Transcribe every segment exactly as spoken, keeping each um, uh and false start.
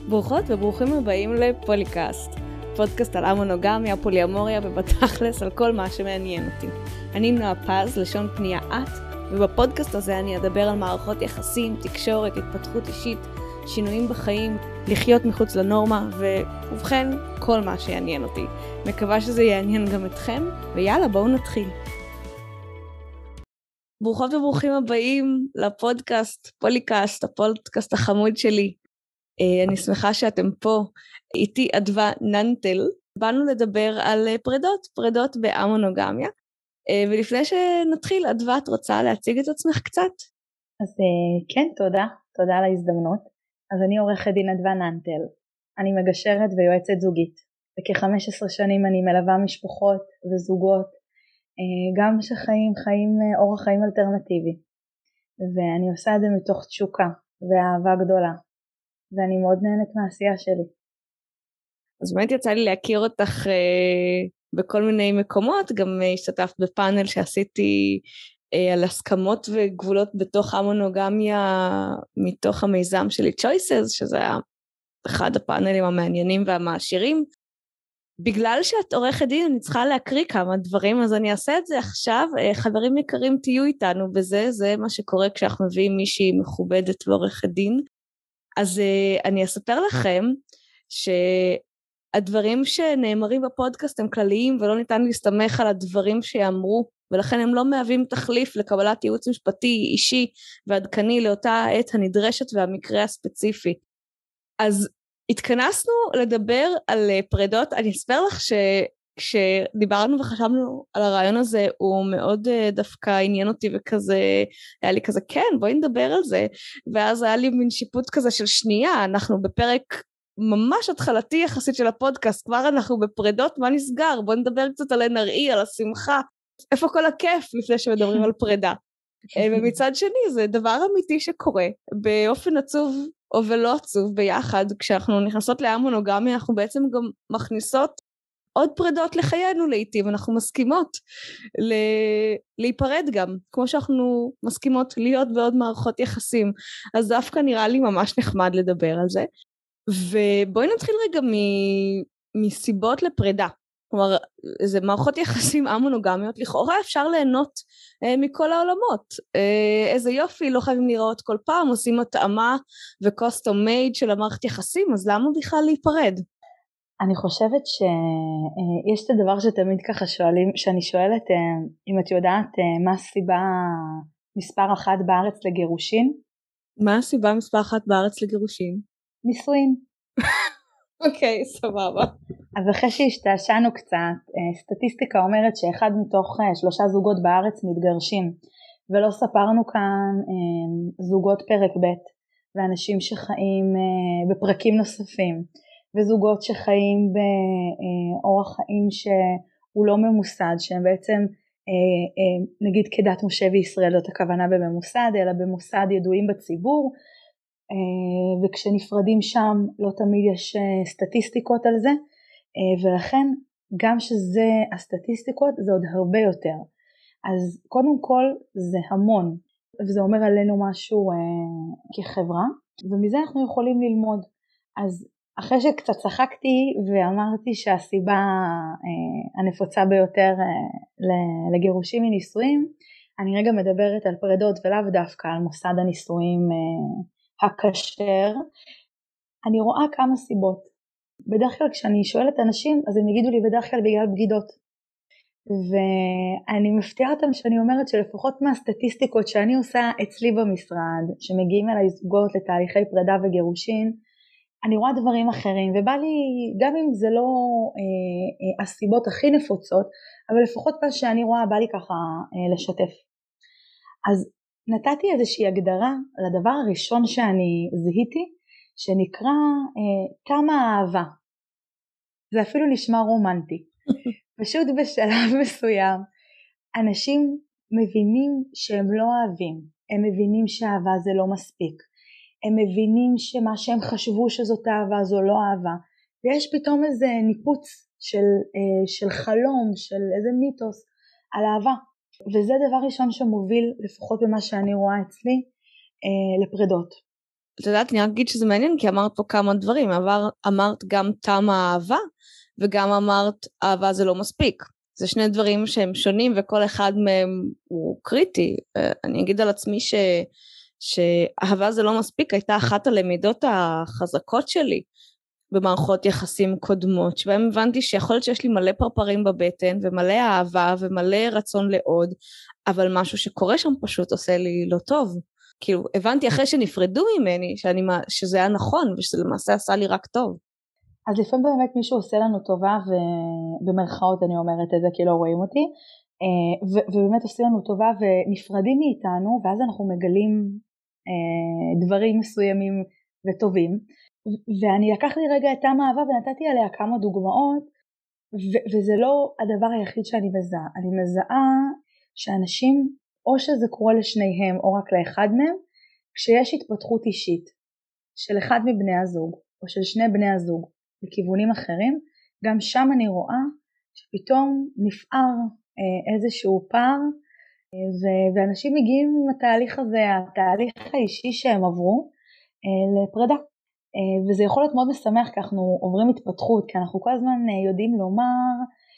ברוכות וברוכים הבאים לפוליקאסט, פודקאסט על המונוגמיה, פוליאמוריה ובתכלס על כל מה שמעניין אותי. אני נועה פז, לשון פנייה את, ובפודקאסט הזה אני אדבר על מערכות יחסים, תקשורת, התפתחות אישית, שינויים בחיים, לחיות מחוץ לנורמה, ובכן, כל מה שיעניין אותי. מקווה שזה יעניין גם אתכם, ויאללה, בואו נתחיל. ברוכות וברוכים הבאים לפודקאסט, פוליקאסט, הפודקאסט החמוד שלי. אני שמחה שאתם פה, איתי אדווה ננטל. באנו לדבר על פרדות, פרדות בהמונוגמיה. ולפני שנתחיל, אדווה, את רוצה להציג את עצמך קצת? אז כן, תודה, תודה על ההזדמנות. אז אני עורכת דין אדווה ננטל, אני מגשרת ויועצת זוגית. וכ-חמש עשרה שנים אני מלווה משפחות וזוגות, גם שחיים חיים אורח חיים אלטרנטיבי. ואני עושה את זה מתוך תשוקה ואהבה גדולה. ואני מאוד נהנית מהעשייה שלי. אז באמת יצא לי להכיר אותך אה, בכל מיני מקומות, גם אה, השתתפת בפאנל שעשיתי אה, על הסכמות וגבולות בתוך המונוגמיה, מתוך המיזם שלי Choices, שזה היה אחד הפאנלים המעניינים והמעשירים. בגלל שאת עורכת דין, אני צריכה להקריא כמה דברים, אז אני אעשה את זה עכשיו. אה, חברים יקרים, תהיו איתנו בזה, זה מה שקורה כשאנחנו מביאים מישהי מכובדת ועורכת דין. אז uh, אני אספר לכם שהדברים שנאמרים בפודקאסט הם כלליים ולא ניתן להסתמך על הדברים שיאמרו, ולכן הם לא מהווים תחליף לקבלת ייעוץ משפטי אישי ועדכני לאותה העת הנדרשת והמקרה הספציפי. אז התכנסנו לדבר על uh, פרדות. אני אספר לך ש... כשדיברנו וחשבנו על הרעיון הזה, הוא מאוד uh, דווקא עניין אותי וכזה, היה לי כזה, כן, בואי נדבר על זה, ואז היה לי מין שיפוט כזה של שנייה, אנחנו בפרק ממש התחלתי יחסית של הפודקאסט, כבר אנחנו בפרדות, מה נסגר? בואי נדבר קצת על אנרגיה, על השמחה, איפה כל הכיף לפני שמדברים על פרדה. ומצד שני, זה דבר אמיתי שקורה, באופן עצוב או ולא עצוב ביחד, כשאנחנו נכנסות להמונוגמיה, אנחנו בעצם גם מכניסות עוד פרדות לחיינו לעתים, אנחנו מסכימות ל- להיפרד גם, כמו שאנחנו מסכימות להיות בעוד מערכות יחסים, אז דווקא נראה לי ממש נחמד לדבר על זה. ובואי נתחיל רגע מ- מסיבות לפרידה. כלומר, זה מערכות יחסים המונוגמיות, לכאורה אפשר ליהנות אה, מכל העולמות, אה, איזה יופי, לא חייבים לראות כל פעם, עושים התאמה וקוסטום מייד של המערכת יחסים, אז למה בכלל להיפרד? אני חושבת שיש את הדבר שתמיד ככה שואלים, שאני שואלת אם את יודעת מה הסיבה מספר אחת בארץ לגירושין? מה הסיבה מספר אחת בארץ לגירושין? נישואין. אוקיי, סבבה. אז אחרי שהשתעשענו קצת, סטטיסטיקה אומרת שאחד מתוך שלושה זוגות בארץ מתגרשים, ולא ספרנו כאן זוגות פרק ב' ואנשים שחיים בפרקים נוספים, וזוגות שחיים באורח חיים שהוא לא ממוסד, שהם בעצם נגיד כדת משה וישראל, זאת הכוונה בממוסד, אלא במוסד ידועים בציבור, וכשנפרדים שם לא תמיד יש סטטיסטיקות על זה, ולכן גם שזה הסטטיסטיקות זה עוד הרבה יותר. אז קודם כל זה המון, וזה אומר עלינו משהו כחברה, ומזה אנחנו יכולים ללמוד. אז אחרי שקצת צחקתי ואמרתי שהסיבה אה, הנפוצה ביותר אה, לגירושים מנישואים, אני רגע מדברת על פרדות ולאו דווקא על מוסד הנישואים אה, הכשר. אני רואה כמה סיבות. בדרך כלל כשאני שואלת אנשים, אז הם יגידו לי בדרך כלל בגלל בגידות. ואני מפתיעה אותם שאני אומרת שלפחות מהסטטיסטיקות שאני עושה אצלי במשרד, שמגיעים אליי זוגות לתהליכי פרידה וגירושין, אני רואה דברים אחרים, ובא לי, גם אם זה לא אה, אה, הסיבות הכי נפוצות, אבל לפחות מה שאני רואה בא לי ככה אה, לשתף. אז נתתי איזושהי הגדרה לדבר הראשון שאני זיהיתי, שנקרא אה, כמה אהבה. זה אפילו נשמע רומנטי. פשוט בשלב מסוים, אנשים מבינים שהם לא אוהבים, הם מבינים שאהבה זה לא מספיק. הם מבינים שמה שהם חשבו שזאת אהבה זו לא אהבה, ויש פתאום איזה ניפוץ של, של חלום, של איזה מיתוס על אהבה, וזה דבר ראשון שמוביל, לפחות במה שאני רואה אצלי, לפרדות. את יודעת, אני רק אגיד שזה מעניין, כי אמרת פה כמה דברים, עבר, אמרת גם תם האהבה, וגם אמרת אהבה זה לא מספיק. זה שני דברים שהם שונים, וכל אחד מהם הוא קריטי. אני אגיד על עצמי ש, שאהבה זה לא מספיק, הייתה אחת הלמידות החזקות שלי, במערכות יחסים קודמות, שבהם הבנתי שיכול להיות שיש לי מלא פרפרים בבטן, ומלא אהבה, ומלא רצון לעוד, אבל משהו שקורה שם פשוט עושה לי לא טוב. כאילו, הבנתי אחרי שנפרדו ממני, שאני, שזה היה נכון, ושזה למעשה עשה לי רק טוב. אז לפעמים באמת מישהו עושה לנו טובה, ובמרכאות אני אומרת את זה כי לא רואים אותי, ו- ובאמת עושים לנו טובה ונפרדים מאיתנו, ואז אנחנו מגלים דברים מסוימים וטובים, ואני לקח לי רגע את המאהבה ונתתי עליה כמה דוגמאות, ו- וזה לא הדבר היחיד שאני מזהה. אני מזהה שאנשים, או שזה קורה לשניהם או רק לאחד מהם, כשיש התפתחות אישית של אחד מבני הזוג או של שני בני הזוג בכיוונים אחרים, גם שם אני רואה שפתאום נפער איזשהו פער, ו- ואנשים מגיעים עם התהליך הזה, התהליך האישי שהם עברו, לפרידה. וזה יכול להיות מאוד משמח, כי אנחנו עוברים התפתחות, כי אנחנו כל הזמן יודעים לומר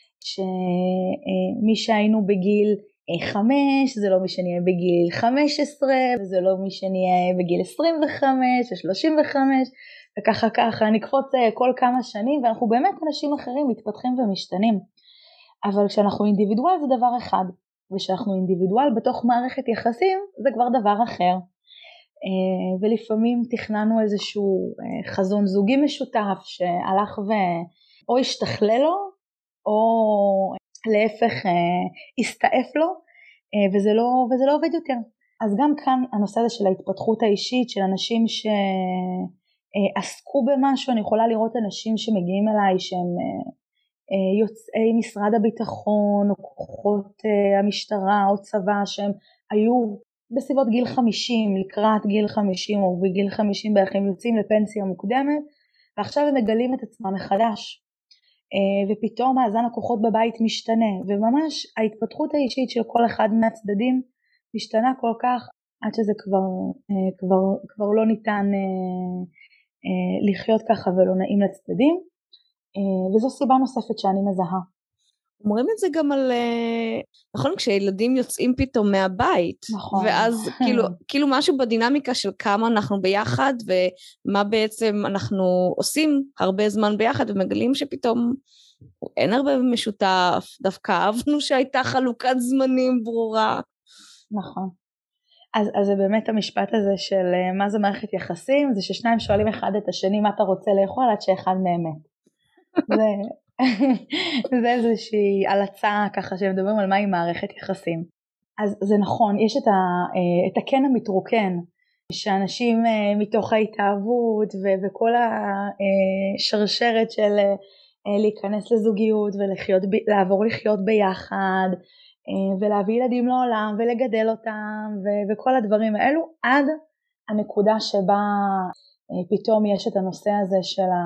שמי שהיינו בגיל חמש, זה לא מי שנהיה בגיל חמש עשרה, וזה לא מי שנהיה בגיל עשרים וחמש ו-שלושים וחמש, וככה ככה נקפוץ כל כמה שנים, ואנחנו באמת אנשים אחרים מתפתחים ומשתנים. אבל כשאנחנו אינדיבידואל זה דבר אחד, וכשאנחנו אינדיבידואל בתוך מערכת יחסים זה כבר דבר אחר. ולפעמים תכננו איזשהו חזון זוגי משותף שהלך ואו השתכלל לו או להפך הסתעף לו, וזה לא, וזה לא עובד יותר. אז גם כאן הנושא הזה של ההתפתחות האישית של אנשים שעסקו במשהו, אני יכולה לראות אנשים שמגיעים אליי שהם יוצאי משרד הביטחון או כוחות המשטרה או צבא, שהם היו בסביבות גיל חמישים, לקראת גיל חמישים או בגיל חמישים בערך הם יוצאים לפנסיה מוקדמת, ועכשיו הם מגלים את עצמם מחדש, ופתאום מאזן הכוחות בבית משתנה, וממש ההתפתחות האישית של כל אחד מהצדדים משתנה כל כך, עד שזה כבר, כבר, כבר לא ניתן לחיות ככה ולא נעים לצדדים, וזו סיבה נוספת שאני מזהה. אומרים את זה גם על, נכון, כשילדים יוצאים פתאום מהבית, נכון. ואז כאילו, כאילו משהו בדינמיקה של כמה אנחנו ביחד, ומה בעצם אנחנו עושים הרבה זמן ביחד, ומגלים שפתאום אין הרבה משותף, דווקא אהבנו שהייתה חלוקת זמנים ברורה. נכון. אז, אז זה באמת המשפט הזה של מה זה מערכת יחסים, זה ששניים שואלים אחד את השני מה אתה רוצה לאכול, עד שאחד באמת. זה... זה איזושהי הלצה ככה שהם מדברים על מהי מערכת יחסים. אז זה נכון, יש את, ה, את הכן המתרוקן, שאנשים מתוך ההתאהבות וכל השרשרת של להיכנס לזוגיות ולעבור לחיות ביחד ולהביא ילדים לעולם ולגדל אותם וכל הדברים האלו, עד הנקודה שבה פתאום יש את הנושא הזה של ה...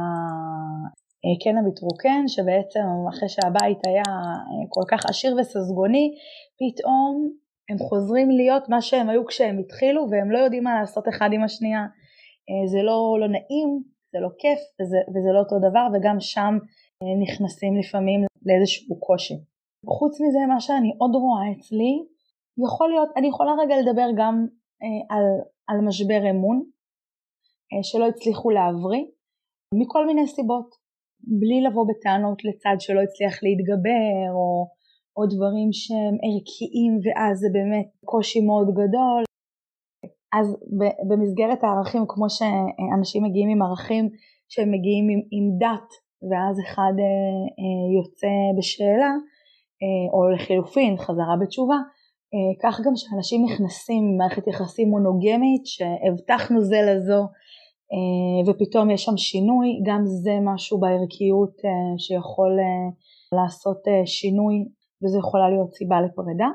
כן המתרוקן, שבעצם אחרי שהבית היה כל כך עשיר וססגוני, פתאום הם חוזרים להיות מה שהם היו כשהם התחילו, והם לא יודעים מה לעשות אחד עם השנייה. זה לא, לא נעים, זה לא כיף, וזה, וזה לא אותו דבר, וגם שם נכנסים לפעמים לאיזשהו קושי. חוץ מזה, מה שאני עוד רואה אצלי, יכול להיות, אני יכולה רגע לדבר גם על, על משבר אמון, שלא הצליחו להבריא, מכל מיני סיבות. בלי לבוא בטענות לצד שלא הצליח להתגבר, או, או דברים שהם ערכיים, ואז זה באמת קושי מאוד גדול. אז במסגרת הערכים, כמו שאנשים מגיעים עם ערכים שהם מגיעים עם, עם דת, ואז אחד יוצא בשאלה, או לחילופין, חזרה בתשובה, כך גם שאנשים נכנסים במערכת יחסים מונוגמית, שהבטחנו זה לזו, ופתאום יש שם שינוי, גם זה משהו בערכיות שיכול לעשות שינוי, וזה יכולה להיות סיבה לפרידה.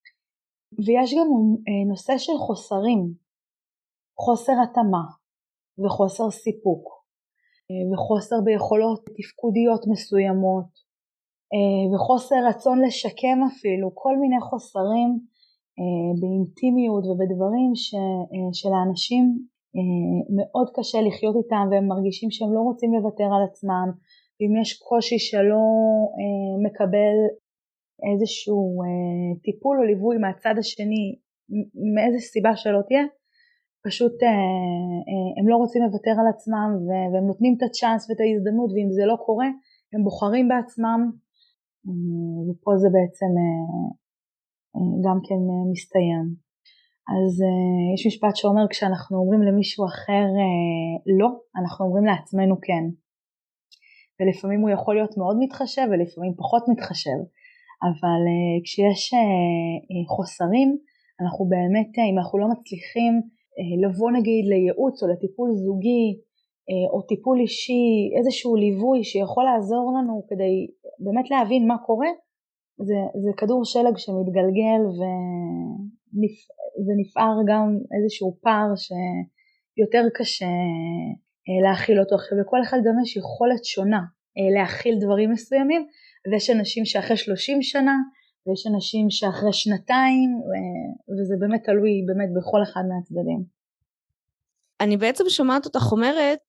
ויש גם נושא של חוסרים, חוסר התאמה וחוסר סיפוק, וחוסר ביכולות תפקודיות מסוימות, וחוסר רצון לשקם אפילו, כל מיני חוסרים באינטימיות ובדברים ש, של האנשים מאוד קשה לחיות איתם והם מרגישים שהם לא רוצים לוותר על עצמם, ואם יש קושי שלא מקבל איזשהו טיפול או ליווי מהצד השני, מאיזה סיבה שלא תהיה, פשוט הם לא רוצים לוותר על עצמם והם נותנים את הצ'אנס ואת ההזדמנות, ואם זה לא קורה הם בוחרים בעצמם, ופה זה בעצם גם כן מסתיים. אז יש משפט שאומר, כשאנחנו אומרים למישהו אחר לא, אנחנו אומרים לעצמנו כן, ולפעמים הוא יכול להיות מאוד מתחשב ולפעמים פחות מתחשב, אבל כשיש חוסרים, אנחנו באמת, אם אנחנו לא מצליחים לבוא נגיד לייעוץ או לטיפול זוגי או טיפול אישי, איזשהו ליווי שיכול לעזור לנו כדי באמת להבין מה קורה, זה, זה כדור שלג שמתגלגל ונפ, ונפער גם איזשהו פער שיותר קשה להכיל אותו, וכל אחד גם יש יכולת שונה להכיל דברים מסוימים, ויש אנשים שאחרי שלושים שנה, ויש אנשים שאחרי שנתיים, וזה באמת תלוי באמת בכל אחד מהצדדים. אני בעצם שומעת אותך אומרת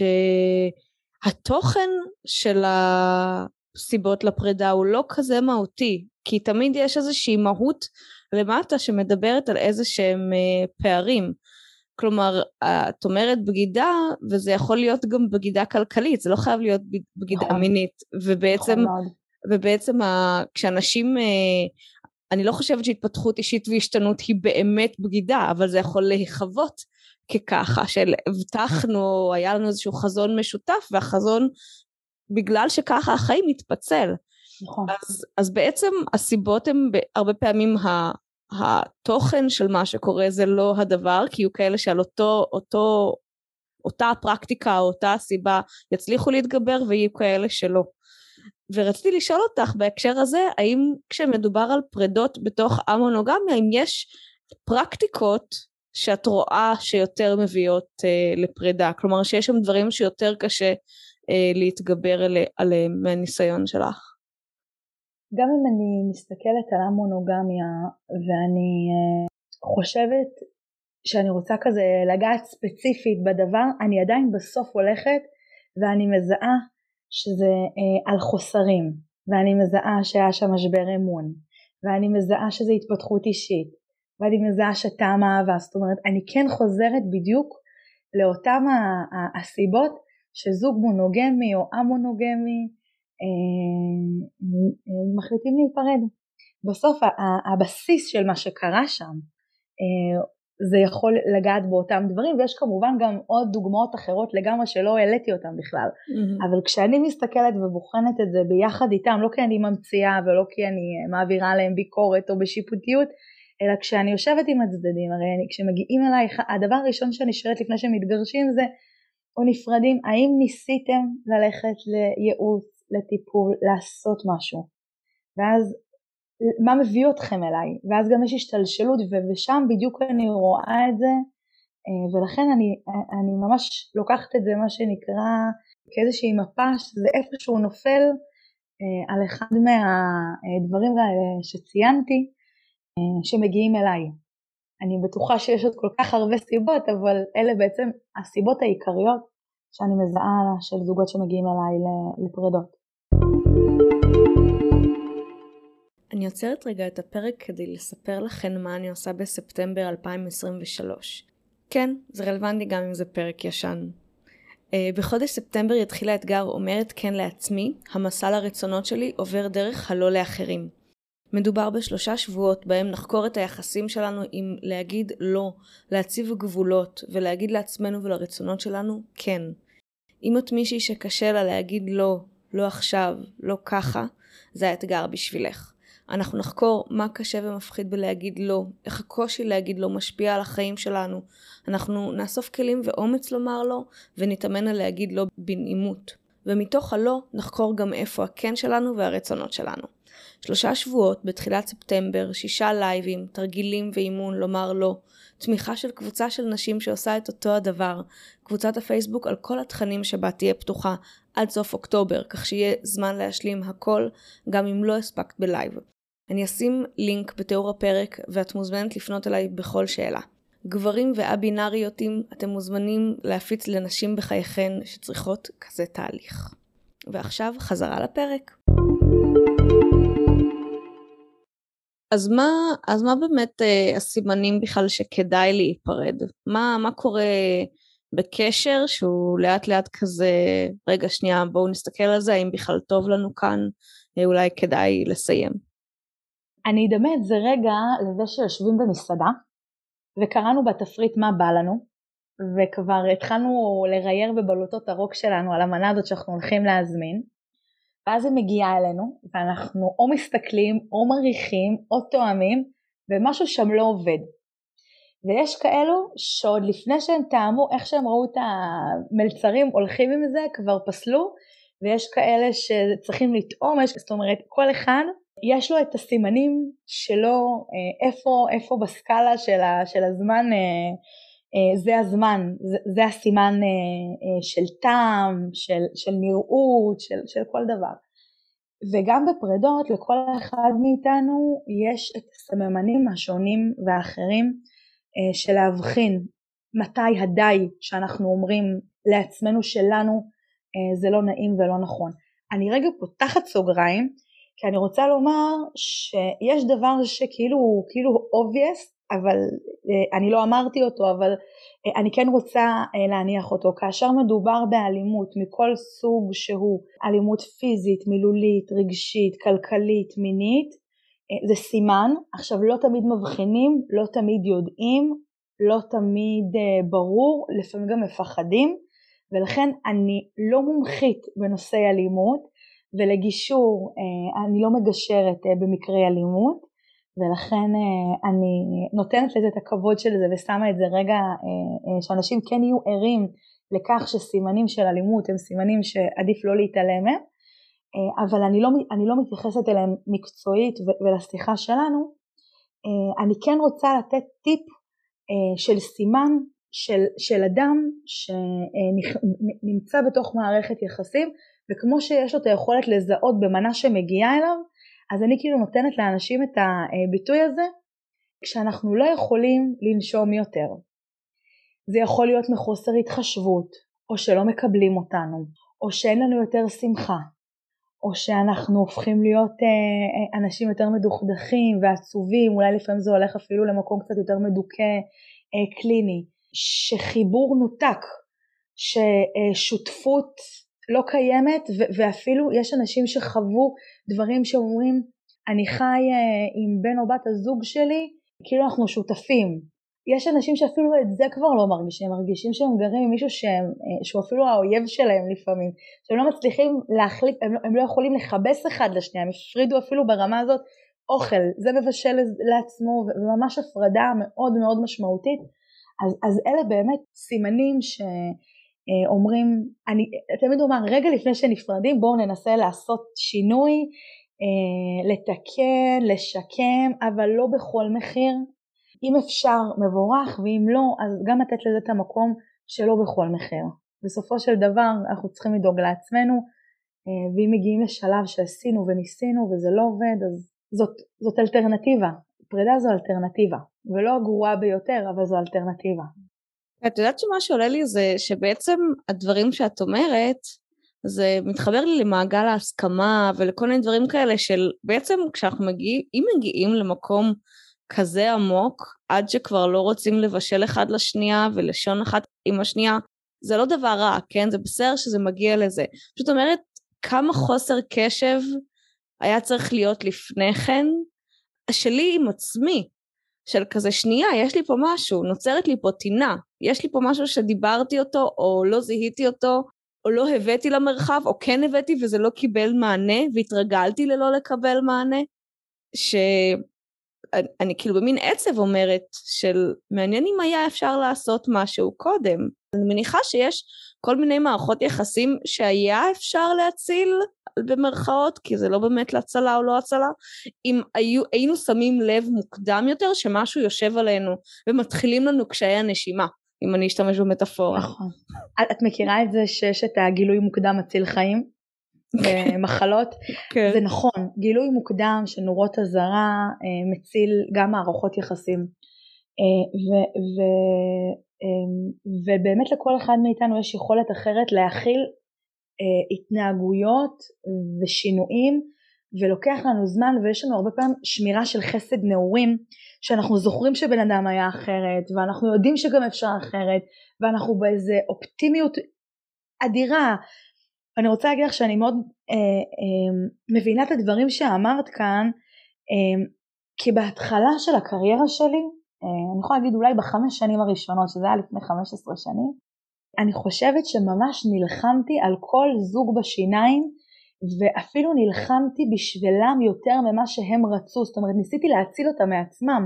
שהתוכן של הסיבות לפרידה הוא לא כזה מהותי, כי תמיד יש איזושהי מהות למטה שמדברת על איזה שהם פערים. כלומר, את אומרת בגידה, וזה יכול להיות גם בגידה כלכלית, זה לא חייב להיות בגידה נכון. מינית, ובעצם, נכון. ובעצם ה, כשאנשים, אני לא חושבת שהתפתחות אישית והשתנות היא באמת בגידה, אבל זה יכול להיחוות כככה, של הבטחנו, היה לנו איזשהו חזון משותף, והחזון, בגלל שככה החיים מתפצל. נכון. אז, אז בעצם הסיבות הן הרבה פעמים ה... התוכן של מה שקורה זה לא הדבר, כי יהיו כאלה שעל אותו, אותו, אותה הפרקטיקה או אותה הסיבה יצליחו להתגבר, ויהיו כאלה שלא. ורציתי לשאול אותך בהקשר הזה, האם כשמדובר על פרידות בתוך המונוגמיה, האם יש פרקטיקות שאת רואה שיותר מביאות אה, לפרידה, כלומר שיש שם דברים שיותר קשה אה, להתגבר עליהם מהניסיון שלך? גם אם אני מסתכלת על המונוגמיה ואני uh, חושבת שאני רוצה כזה לגעת ספציפית בדבר, אני עדיין בסוף הולכת ואני מזהה שזה uh, על חוסרים, ואני מזהה שהיה שם משבר אמון, ואני מזהה שזה התפתחות אישית, ואני מזהה שטעם אהבה. זאת אומרת, אני כן חוזרת בדיוק לאותם הסיבות שזוג מונוגמי או המונוגמי מחליטים להיפרד. בסוף הבסיס של מה שקרה שם זה יכול לגעת באותם דברים, ויש כמובן גם עוד דוגמאות אחרות לגמרי שלא העליתי אותם בכלל. Mm-hmm. אבל כשאני מסתכלת ובוחנת את זה ביחד איתם, לא כי אני ממציאה ולא כי אני מעבירה עליהם ביקורת או בשיפוטיות, אלא כשאני יושבת עם הצדדים, הרי אני, כשמגיעים אליי, הדבר הראשון שאני שואלת לפני שמתגרשים זה, או נפרדים, האם ניסיתם ללכת לייעוץ, לטיפול, לעשות משהו? ואז מה מביא אתכם אליי? ואז גם יש השתלשלות, ושם בדיוק אני רואה את זה, ולכן אני, אני ממש לוקחת את זה, מה שנקרא, כאיזושהי מפה, שזה איפשהו נופל על אחד מהדברים שציינתי, שמגיעים אליי. אני בטוחה שיש עוד כל כך הרבה סיבות, אבל אלה בעצם הסיבות העיקריות שאני מזהה של זוגות שמגיעים אליי לפרידות. אני עוצרת רגע את הפרק כדי לספר לכם מה אני עושה בספטמבר אלפיים עשרים ושלוש. כן, זה רלוונטי גם אם זה פרק ישן. בחודש ספטמבר יתחיל האתגר אומרת כן לעצמי, המסע לרצונות שלי עובר דרך הלא לאחרים. מדובר בשלושה שבועות בהם נחקור את היחסים שלנו עם להגיד לא, להציב גבולות ולהגיד לעצמנו ולרצונות שלנו כן. אם את מישהי שקשה לה להגיד לא, לא עכשיו, לא ככה, זה האתגר בשבילך. אנחנו נחקור מה קשה ומפחיד בלהגיד לא, איך הקושי להגיד לא משפיע על החיים שלנו. אנחנו נאסוף כלים ואומץ לומר לא, ונתאמן על להגיד לא בנעימות. ומתוך הלא נחקור גם איפה הכן שלנו והרצונות שלנו. שלושה שבועות בתחילת ספטמבר, שישה לייבים, תרגילים ואימון לומר לא, תמיכה של קבוצה של נשים שעושה את אותו הדבר, קבוצת הפייסבוק על כל התכנים שבה תהיה פתוחה עד סוף אוקטובר, כך שיהיה זמן להשלים הכל, גם אם לא הספקת בלייב. אני אשים לינק בתיאור הפרק ואת מוזמנת לפנות אליי בכל שאלה. גברים ואבינריות, אתם מוזמנים להפיץ לנשים בחייכן שצריכות כזה תהליך. ועכשיו חזרה לפרק. אז מה, אז מה באמת אה, הסימנים בכלל שכדאי להיפרד? מה, מה קורה בקשר שהוא לאט לאט כזה, רגע שנייה בואו נסתכל על זה, האם בכלל טוב לנו כאן, אה, אולי כדאי לסיים. אני אדמה את זה רגע לזה שיושבים במסעדה, וקראנו בתפריט מה בא לנו, וכבר התחלנו לרייר בבלוטות הרוק שלנו על המנה הזאת שאנחנו הולכים להזמין, ואז היא מגיעה אלינו, ואנחנו או מסתכלים, או מריחים, או תואמים, ומשהו שם לא עובד. ויש כאלו שעוד לפני שהם טעמו, איך שהם ראו את המלצרים הולכים עם זה, כבר פסלו, ויש כאלה שצריכים לטעום, זאת אומרת, כל אחד יש לו את הסימנים שלו, איפה, איפה בסקאלה של, ה, של הזמן, זה הזמן, זה, זה הסימן של טעם, של, של נראות, של, של כל דבר. וגם בפרדות, לכל אחד מאיתנו יש את הסממנים השונים והאחרים של להבחין מתי הדי שאנחנו אומרים לעצמנו שלנו זה לא נעים ולא נכון. אני רגע פותחת סוגריים, כי אני רוצה לומר שיש דבר שכאילו כאילו obvious, אבל אני לא אמרתי אותו, אבל אני כן רוצה להניח אותו. כאשר מדובר באלימות מכל סוג שהוא, אלימות פיזית, מילולית, רגשית, כלכלית, מינית, זה סימן. עכשיו לא תמיד מבחינים, לא תמיד יודעים, לא תמיד ברור, לפעמים גם מפחדים, ולכן אני לא מומחית בנושא אלימות, ולגישור אני לא מגשרת במקרי אלימות, ולכן אני נותנת לזה את הכבוד של זה ושמה את זה רגע שאנשים כן יהיו ערים לכך שסימנים של אלימות הם סימנים שעדיף לא להתעלם מהם, אבל אני לא, אני לא מתייחסת אליהם מקצועית ולשיחה שלנו. אני כן רוצה לתת טיפ של סימן של, של אדם שנמצא בתוך מערכת יחסים, וכמו שיש לו את היכולת לזהות במנה שמגיעה אליו, אז אני כאילו נותנת לאנשים את הביטוי הזה, כשאנחנו לא יכולים לנשום יותר. זה יכול להיות מחוסר התחשבות, או שלא מקבלים אותנו, או שאין לנו יותר שמחה, או שאנחנו הופכים להיות אנשים יותר מדוכדכים ועצובים, אולי לפעמים זה הולך אפילו למקום קצת יותר מדוכא קליני, שחיבור נותק, ששותפות לא קיימת, ואפילו יש אנשים שחוו דברים שאומרים, אני חי עם בן או בת הזוג שלי, כאילו אנחנו שותפים. יש אנשים שאפילו את זה כבר לא מרגישים, מרגישים שהם גרים עם מישהו שהם, שהוא אפילו האויב שלהם לפעמים, שהם לא מצליחים להחליט, הם, הם לא יכולים לחבס אחד לשנייה, הם הפרידו אפילו ברמה הזאת אוכל, זה מבשל לעצמו, וממש הפרדה מאוד מאוד משמעותית. אז, אז אלה באמת סימנים ש... אומרים, אני תמיד אומר, רגע לפני שנפרדים בואו ננסה לעשות שינוי, לתקן, לשקם, אבל לא בכל מחיר. אם אפשר מבורך, ואם לא, אז גם לתת לזה את המקום שלא בכל מחיר. בסופו של דבר אנחנו צריכים לדאוג לעצמנו, ואם מגיעים לשלב שעשינו וניסינו וזה לא עובד, אז זאת, זאת אלטרנטיבה. פרידה זו אלטרנטיבה, ולא הגרועה ביותר, אבל זו אלטרנטיבה. את יודעת שמה שעולה לי זה שבעצם הדברים שאת אומרת, זה מתחבר לי למעגל ההסכמה ולכל מיני דברים כאלה של בעצם כשאנחנו מגיעים, אם מגיעים למקום כזה עמוק, עד שכבר לא רוצים לבשל אחד לשנייה ולשון אחת עם השנייה, זה לא דבר רע, כן? זה בסדר שזה מגיע לזה. פשוט אומרת כמה חוסר קשב היה צריך להיות לפני כן, שלי עם עצמי, של כזה שנייה, יש לי פה משהו, נוצרת לי פה טינה, יש לי פה משהו שדיברתי אותו, או לא זיהיתי אותו, או לא הבאתי למרחב, או כן הבאתי וזה לא קיבל מענה, והתרגלתי ללא לקבל מענה, שאני אני כאילו במין עצב אומרת, של מעניין אם היה אפשר לעשות משהו קודם. אני מניחה שיש כל מיני מערכות יחסים שהיה אפשר להציל במרכאות, כי זה לא באמת להצלה או לא הצלה, אם היו, היינו שמים לב מוקדם יותר שמשהו יושב עלינו ומתחילים לנו קשיי הנשימה, אם אני אשתמש במטאפורה. נכון. את מכירה את זה שיש את הגילוי מוקדם מציל חיים במחלות? כן. זה נכון, גילוי מוקדם של נורות הזרה מציל גם מערכות יחסים. ו- ו- ובאמת לכל אחד מאיתנו יש יכולת אחרת להכיל התנהגויות ושינויים, ולוקח לנו זמן, ויש לנו הרבה פעמים שמירה של חסד נעורים, שאנחנו זוכרים שבן אדם היה אחרת, ואנחנו יודעים שגם אפשר אחרת, ואנחנו באיזה אופטימיות אדירה. אני רוצה להגיד לך שאני מאוד אה, אה, מבינה את הדברים שאמרת כאן, אה, כי בהתחלה של הקריירה שלי, אה, אני יכולה להגיד אולי בחמש שנים הראשונות, שזה היה לפני חמש עשרה שנים, אני חושבת שממש נלחמתי על כל זוג בשיניים, ואפילו נלחמתי בשבילם יותר ממה שהם רצו, זאת אומרת ניסיתי להציל אותם מעצמם,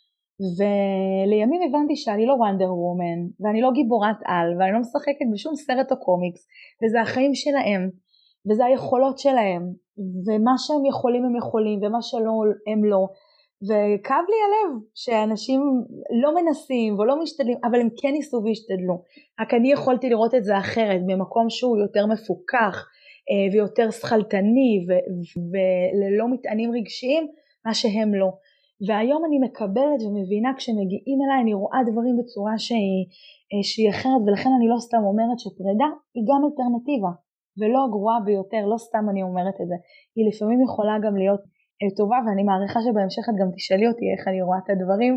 ולימים הבנתי שאני לא וונדר וומן, ואני לא גיבורת על, ואני לא משחקת בשום סרט או קומיקס, וזה החיים שלהם, וזה היכולות שלהם, ומה שהם יכולים הם יכולים, ומה שלא הם לא, וכאב לי הלב שאנשים לא מנסים ולא משתדלים, אבל הם כן ניסו והשתדלו. רק אני יכולתי לראות את זה אחרת, במקום שהוא יותר מפוקח ויותר שכלתני וללא מטענים רגשיים, מה שהם לא. והיום אני מקבלת ומבינה כשמגיעים אליי, אני רואה דברים בצורה שהיא, שהיא אחרת, ולכן אני לא סתם אומרת שפרידה היא גם אלטרנטיבה, ולא הגרועה ביותר, לא סתם אני אומרת את זה. היא לפעמים יכולה גם להיות טובה, ואני מעריכה שבהמשך את גם תשאלי אותי איך אני רואה את הדברים,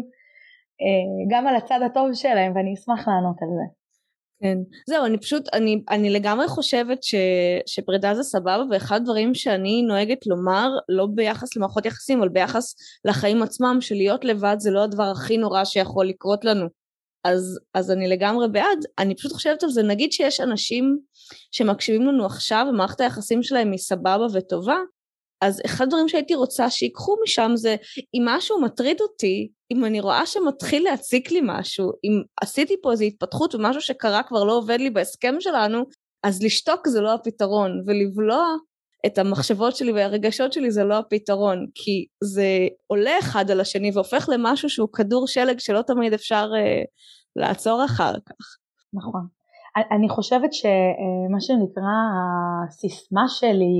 גם על הצד הטוב שלהם, ואני אשמח לענות על זה. כן, זהו, אני פשוט, אני, אני לגמרי חושבת ש, שפרידה זה סבבה, ואחד הדברים שאני נוהגת לומר, לא ביחס למערכות יחסים, אבל ביחס לחיים עצמם, שלהיות לבד זה לא הדבר הכי נורא שיכול לקרות לנו. אז, אז אני לגמרי בעד, אני פשוט חושבת על זה, נגיד שיש אנשים שמקשיבים לנו עכשיו, ומערכת היחסים שלהם היא סבבה וטובה, אז אחד הדברים שהייתי רוצה שיקחו משם זה, אם משהו מטריד אותי, אם אני רואה שמתחיל להציק לי משהו, אם עשיתי פה איזו התפתחות ומשהו שקרה כבר לא עובד לי בהסכם שלנו, אז לשתוק זה לא הפתרון, ולבלוע את המחשבות שלי והרגשות שלי זה לא הפתרון, כי זה עולה אחד על השני והופך למשהו שהוא כדור שלג שלא תמיד אפשר אה, לעצור אחר כך. נכון. אני חושבת שמה שנקרא הסיסמה שלי,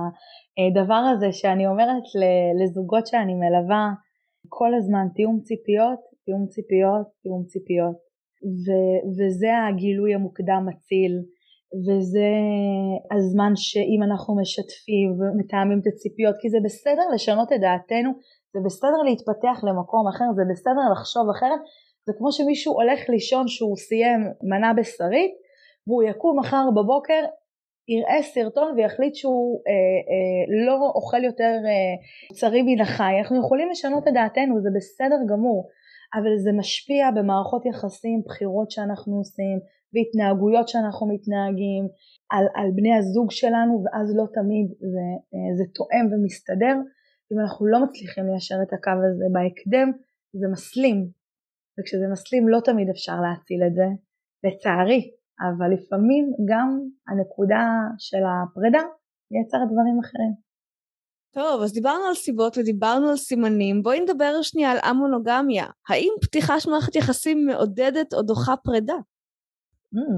הדבר הזה שאני אומרת לזוגות שאני מלווה כל הזמן, תיאום ציפיות, תיאום ציפיות, תיאום ציפיות, ו- וזה הגילוי המוקדם מציל, וזה הזמן שאם אנחנו משתפים ומתאמים את הציפיות, כי זה בסדר לשנות את דעתנו, זה בסדר להתפתח למקום אחר, זה בסדר לחשוב אחרת, זה כמו שמישהו הולך לישון שהוא סיים מנה בשרית, והוא יקום מחר בבוקר, יראה סרטון ויחליט שהוא אה, אה, לא אוכל יותר אה, צרי מן החי. אנחנו יכולים לשנות את דעתנו, זה בסדר גמור, אבל זה משפיע במערכות יחסים, בחירות שאנחנו עושים, והתנהגויות שאנחנו מתנהגים, על, על בני הזוג שלנו, ואז לא תמיד זה, אה, זה תואם ומסתדר. אם אנחנו לא מצליחים ליישר את הקו הזה בהקדם, זה מסלים, וכשזה מסלים לא תמיד אפשר להציל את זה, לצערי. אבל לפעמים גם הנקודה של הפרידה יצרת דברים אחרים. טוב, אז דיברנו על סיבות ודיברנו על סימנים, בואי נדבר שנייה על המונוגמיה. האם פתיחה של מערכת יחסים מעודדת או דוחה פרידה? Mm.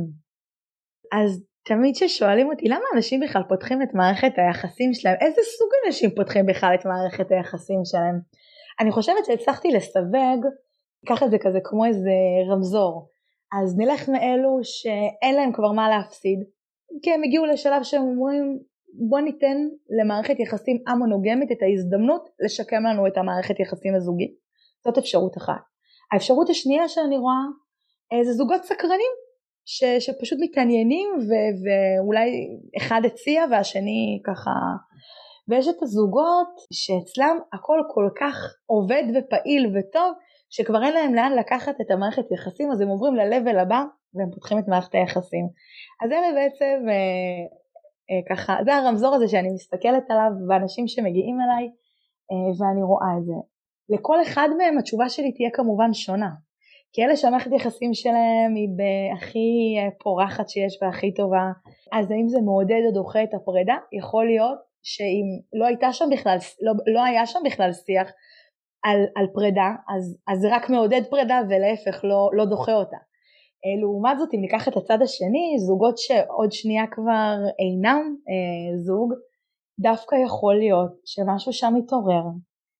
אז תמיד ששואלים אותי, למה אנשים בכלל פותחים את מערכת היחסים שלהם? איזה סוג אנשים פותחים בכלל את מערכת היחסים שלהם? אני חושבת שהצלחתי לסווג, קח את זה כזה כמו איזה רמזור. אז נלך מאלו שאין להם כבר מה להפסיד, כי הם הגיעו לשלב שהם אומרים, בוא ניתן למערכת יחסים המונוגמית את ההזדמנות לשקם לנו את המערכת יחסים הזוגית. זאת אפשרות אחת. האפשרות השנייה שאני רואה, זה זוגות סקרנים, ש, שפשוט מתעניינים, ו, ואולי אחד הציע והשני ככה, ויש את הזוגות שאצלם הכל כל כך עובד ופעיל וטוב, שכבר אין להם לאן לקחת את המערכת יחסים, אז הם עוברים ל-level הבא, והם פותחים את מערכת היחסים. אז אלה בעצם, אה, אה, ככה, זה הרמזור הזה שאני מסתכלת עליו, ואנשים שמגיעים אליי, אה, ואני רואה את זה. לכל אחד מהם התשובה שלי תהיה כמובן שונה, כי אלה שהמערכת יחסים שלהם היא בהכי פורחת שיש והכי טובה, אז האם זה מעודד או דוחה את הפרידה? יכול להיות שאם לא הייתה שם בכלל, לא, לא היה שם בכלל שיח, על, על פרידה, אז, אז זה רק מעודד פרידה ולהפך לא, לא דוחה אותה. לעומת זאת, אם ניקח את הצד השני, זוגות שעוד שנייה כבר אינם אה, זוג, דווקא יכול להיות שמשהו שם מתעורר,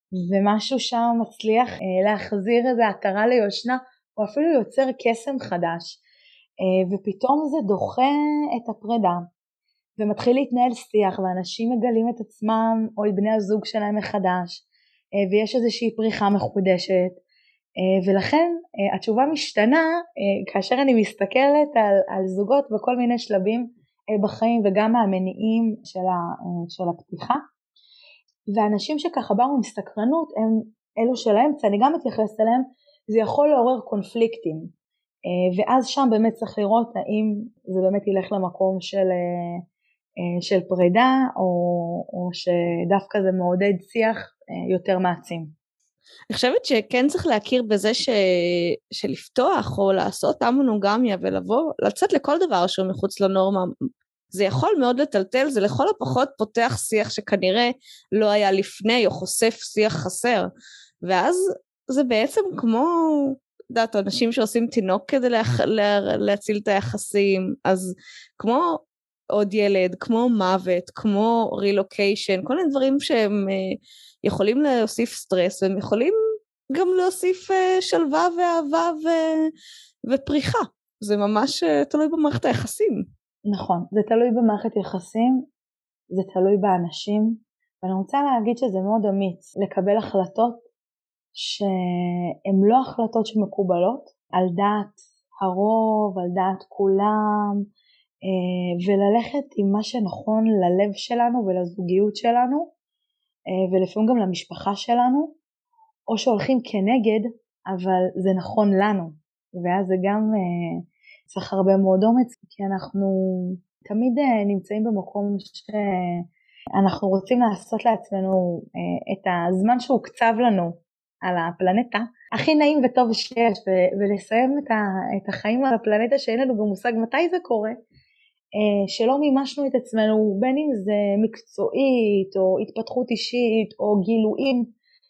ומשהו שם מצליח אה, להחזיר איזו עטרה ליושנה, או אפילו יוצר קסם חדש, אה, ופתאום זה דוחה את הפרידה, ומתחיל להתנהל שיח, ואנשים מגלים את עצמם או את בני הזוג שלהם מחדש, אה, ויש איזושהי פריחה מחודשת, אה, ולכן אה, התשובה משתנה אה, כאשר אני מסתכלת על, על זוגות בכל מיני שלבים אה, בחיים, וגם המניעים של, ה, אה, של הפתיחה. ואנשים שככה באו עם סקרנות הם אלו של האמצע, אני גם מתייחסת אליהם, זה יכול לעורר קונפליקטים, ואז שם באמת צריך לראות האם זה באמת ילך למקום של, של פרידה, או, או שדווקא זה מעודד שיח יותר מעצים. אני חושבת שכן צריך להכיר בזה ש... שלפתוח או לעשות המונוגמיה ולבוא, לצאת לכל דבר שהוא מחוץ לנורמה, זה יכול מאוד לטלטל, זה לכל הפחות פותח שיח שכנראה לא היה לפני, או חושף שיח חסר, ואז זה בעצם כמו, דעת, אנשים שעושים תינוק כדי לה, לה, להציל את היחסים, אז כמו עוד ילד, כמו מוות, כמו רילוקיישן, כל מיני דברים שהם יכולים להוסיף סטרס, והם יכולים גם להוסיף שלווה ואהבה ו, ופריחה, זה ממש תלוי במערכת היחסים. נכון, זה תלוי במערכת יחסים, זה תלוי באנשים, ואני רוצה להגיד שזה מאוד אמיץ לקבל החלטות שהן לא החלטות שמקובלות על דעת הרוב, על דעת כולם, וללכת עם מה שנכון ללב שלנו ולזוגיות שלנו, ולפעמים גם למשפחה שלנו, או שהולכים כנגד, אבל זה נכון לנו, ואז זה גם צריך הרבה מאוד אומץ, כי אנחנו תמיד נמצאים במקום שאנחנו רוצים לעשות לעצמנו את הזמן שהוא קצב לנו על הפלנטה, הכי נעים וטוב שיש, ולסיים את החיים על הפלנטה שאין לנו במושג מתי זה קורה, שלא מימשנו את עצמנו, בין אם זה מקצועית או התפתחות אישית או גילויים,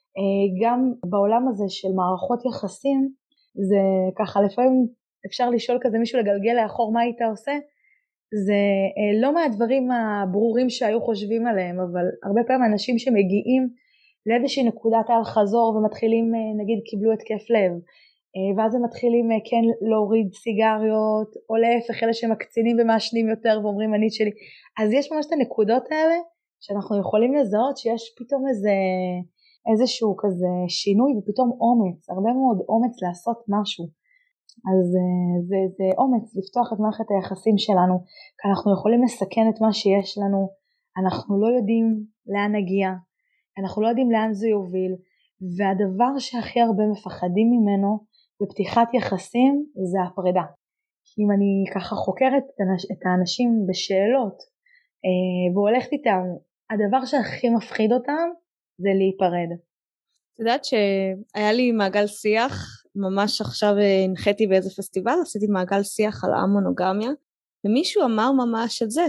גם בעולם הזה של מערכות יחסים, זה ככה לפעמים אפשר לשאול כזה מישהו לגלגל לאחור מה היית עושה, זה לא מהדברים הברורים שהיו חושבים עליהם, אבל הרבה פעמים אנשים שמגיעים לאיזושהי נקודת על חזור ומתחילים, נגיד קיבלו התקף לב, ואז הם מתחילים כן להוריד סיגריות, או להפך אלה שמקצינים ומעשנים יותר ואומרים אני שלי, אז יש ממש את הנקודות האלה שאנחנו יכולים לזהות שיש פתאום איזה, איזשהו כזה שינוי ופתאום אומץ, הרבה מאוד אומץ לעשות משהו. אז זה, זה אומץ לפתוח את מערכת היחסים שלנו, כי אנחנו יכולים לסכן את מה שיש לנו, אנחנו לא יודעים לאן נגיע, אנחנו לא יודעים לאן זה יוביל, והדבר שהכי הרבה מפחדים ממנו בפתיחת יחסים זה הפרידה. אם אני ככה חוקרת את האנשים בשאלות והולכת איתם, הדבר שהכי מפחיד אותם זה להיפרד. את יודעת שהיה לי מעגל שיח, ממש עכשיו הנחיתי באיזה פסטיבל, עשיתי מעגל שיח על המונוגמיה, ומישהו אמר ממש את זה,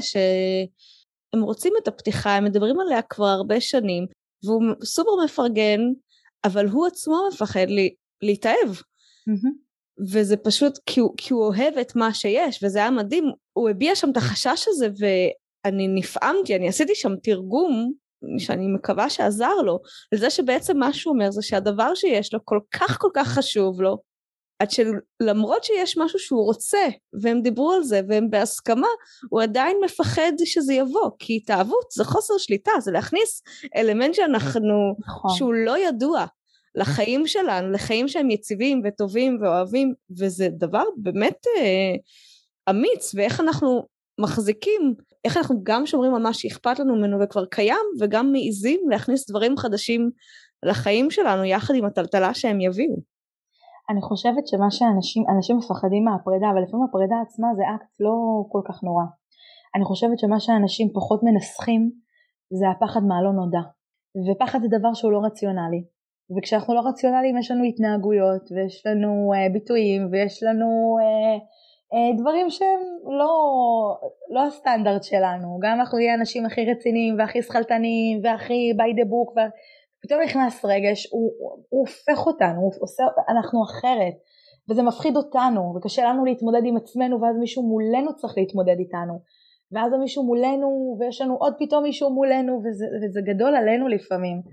שהם רוצים את הפתיחה, הם מדברים עליה כבר הרבה שנים, והוא סופר מפרגן, אבל הוא עצמו מפחד לי, להתאהב. Mm-hmm. וזה פשוט כי הוא, כי הוא אוהב את מה שיש, וזה היה מדהים, הוא הביע שם את החשש הזה, ואני נפעמתי, אני עשיתי שם תרגום, שאני מקווה שעזר לו, לזה שבעצם מה שהוא אומר זה שהדבר שיש לו כל כך כל כך חשוב לו, עד שלמרות שיש משהו שהוא רוצה, והם דיברו על זה, והם בהסכמה, הוא עדיין מפחד שזה יבוא, כי התאהבות זה חוסר שליטה, זה להכניס אלמנט שאנחנו, נכון. שהוא לא ידוע, לחיים שלנו, לחיים שהם יציבים וטובים ואוהבים, וזה דבר באמת אה, אמיץ, ואיך אנחנו מחזיקים, איך אנחנו גם שומרים על מה שאכפת לנו ממנו וכבר קיים, וגם מעיזים להכניס דברים חדשים לחיים שלנו, יחד עם הטלטלה שהם יביאו. אני חושבת שמה שאנשים, אנשים מפחדים מהפרידה, אבל לפעמים הפרידה עצמה זה אקט לא כל כך נורא. אני חושבת שמה שאנשים פחות מנסחים, זה הפחד מהלא נודע. ופחד זה דבר שהוא לא רציונלי. וכשאנחנו לא רציונליים יש לנו התנהגויות, ויש לנו uh, ביטויים, ויש לנו uh, uh, דברים שהם לא, לא הסטנדרט שלנו. גם אנחנו נהיה אנשים הכי רציניים, והכי שכלתניים, והכי by the book, ופתאום נכנס רגש, הוא, הוא הופך אותנו, הוא עושה, אנחנו אחרת, וזה מפחיד אותנו, וקשה לנו להתמודד עם עצמנו, ואז מישהו מולנו צריך להתמודד איתנו, ואז מישהו מולנו, ויש לנו עוד פתאום מישהו מולנו, וזה, וזה גדול עלינו לפעמים.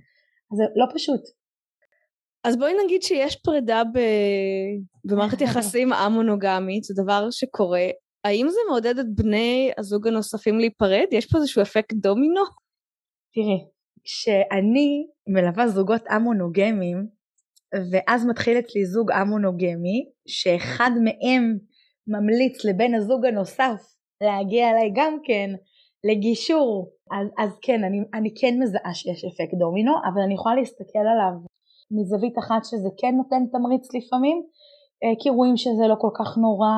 אז זה לא פשוט. אז בואי נגיד שיש פרידה ב... במערכת יחסים א-מונוגמית, זה דבר שקורה. האם זה מעודד את בני הזוג הנוספים להיפרד? יש פה איזשהו אפקט דומינו? תראי, כשאני מלווה זוגות א-מונוגמיים, ואז מתחיל אצלי זוג א-מונוגמי, שאחד מהם ממליץ לבן הזוג הנוסף להגיע אליי גם כן לגישור, אז, אז כן, אני, אני כן מזהה שיש אפקט דומינו, אבל אני יכולה להסתכל עליו מזווית אחת שזה כן נותן תמריץ לפעמים, כי רואים שזה לא כל כך נורא,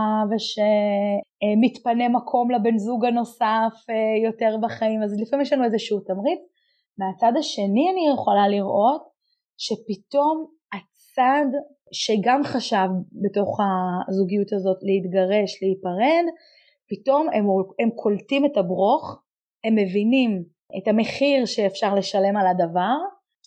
ושמתפנה מקום לבן זוג הנוסף יותר בחיים, אז לפעמים יש לנו איזשהו תמריץ. מהצד השני אני יכולה לראות שפתאום הצד שגם חשב בתוך הזוגיות הזאת להתגרש, להיפרד, פתאום הם, הם קולטים את הברוך, הם מבינים את המחיר שאפשר לשלם על הדבר,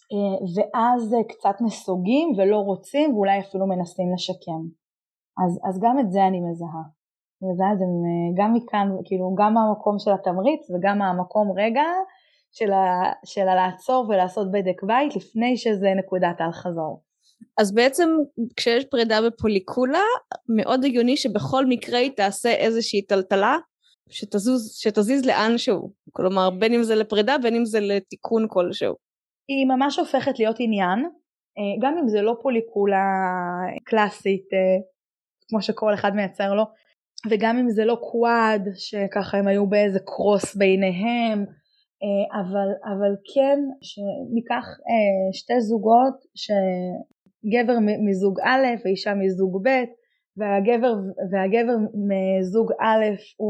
ואז קצת נסוגים ולא רוצים, ואולי אפילו מנסים לשקם. אז, אז גם את זה אני מזהה. מזהה זה גם מכאן, כאילו גם מהמקום של התמריץ, וגם מהמקום רגע של, ה, של הלעצור ולעשות בדק בית, לפני שזה נקודת על חזור. אז בעצם כשיש פרידה בפוליקולה, מאוד הגיוני שבכל מקרה היא תעשה איזושהי טלטלה, שתזוז, שתזיז לאן שהוא. כלומר, בין אם זה לפרידה, בין אם זה לתיקון כלשהו. היא ממש הופכת להיות עניין, גם אם זה לא פוליקולה קלאסית, כמו שכל אחד מייצר לו, וגם אם זה לא קוואד, שככה הם היו באיזה קרוס ביניהם, אבל, אבל כן, שניקח שתי זוגות, שגבר מזוג א' ואישה מזוג ב', והגבר, והגבר מזוג א'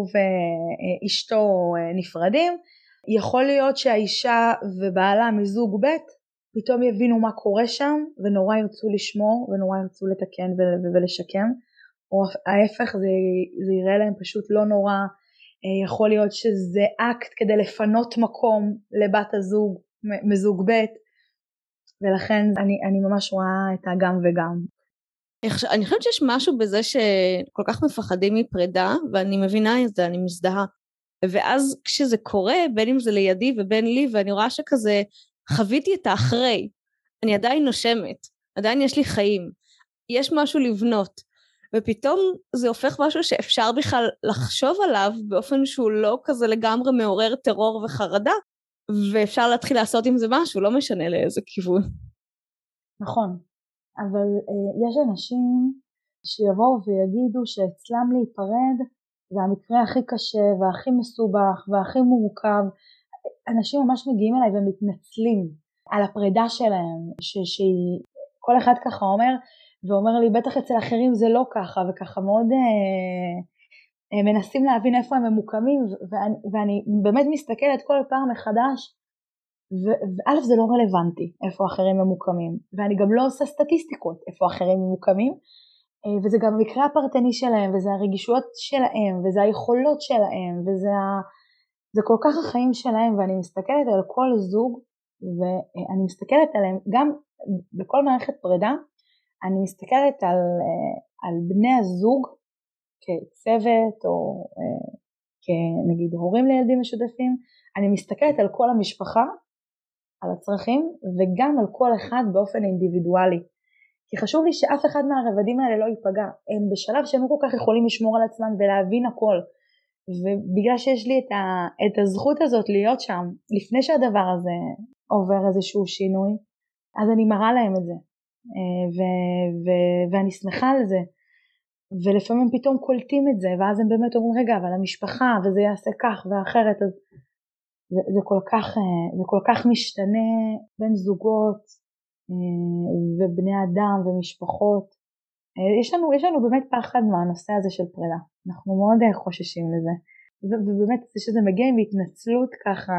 ואשתו נפרדים, יכול להיות שהאישה ובעלה מזוג ב' פתאום יבינו מה קורה שם ונורא ירצו לשמור ונורא ירצו לתקן ולשקם, או ההפך, זה, זה יראה להם פשוט לא נורא. יכול להיות שזה אקט כדי לפנות מקום לבת הזוג מזוג ב', ולכן אני, אני ממש רואה את הגם וגם. אני חושבת שיש משהו בזה שכל כך מפחדים מפרידה, ואני מבינה את זה, אני מזדהה. ואז כשזה קורה, בין אם זה לידי ובין לי, ואני רואה שכזה חוויתי את האחרי, אני עדיין נושמת, עדיין יש לי חיים, יש משהו לבנות, ופתאום זה הופך משהו שאפשר בכלל לחשוב עליו, באופן שהוא לא כזה לגמרי מעורר טרור וחרדה, ואפשר להתחיל לעשות עם זה משהו, לא משנה לאיזה כיוון. נכון, אבל אה, יש אנשים שיבואו ויגידו שאצלם להיפרד, זה המקרה הכי קשה והכי מסובך והכי מורכב. אנשים ממש מגיעים אליי ומתנצלים על הפרידה שלהם, שכל אחד ככה אומר, ואומר לי בטח אצל אחרים זה לא ככה, וככה מאוד אה, אה, מנסים להבין איפה הם ממוקמים, ואני, ואני באמת מסתכלת כל פעם מחדש, וא' זה לא רלוונטי איפה אחרים ממוקמים, ואני גם לא עושה סטטיסטיקות איפה אחרים ממוקמים, וזה גם המקרה הפרטני שלהם, וזה הרגישויות שלהם, וזה היכולות שלהם, וזה ה... זה כל כך החיים שלהם, ואני מסתכלת על כל זוג, ואני מסתכלת עליהם, גם בכל מערכת פרידה, אני מסתכלת על, על בני הזוג, כצוות, או כנגיד הורים לילדים משותפים, אני מסתכלת על כל המשפחה, על הצרכים, וגם על כל אחד באופן אינדיבידואלי. כי חשוב לי שאף אחד מהרבדים האלה לא ייפגע, הם בשלב שהם לא כל כך יכולים לשמור על עצמם ולהבין הכל, ובגלל שיש לי את, ה, את הזכות הזאת להיות שם, לפני שהדבר הזה עובר איזשהו שינוי, אז אני מראה להם את זה, ו, ו, ואני שמחה על זה, ולפעמים פתאום קולטים את זה, ואז הם באמת אומרים רגע, אבל המשפחה, וזה יעשה כך ואחרת, אז זה, זה, כל כך, זה כל כך משתנה בין זוגות, ובני אדם ומשפחות. יש לנו, יש לנו באמת פחד מהנושא הזה של פרידה. אנחנו מאוד חוששים לזה. ובאמת שזה מגיע עם התנצלות ככה,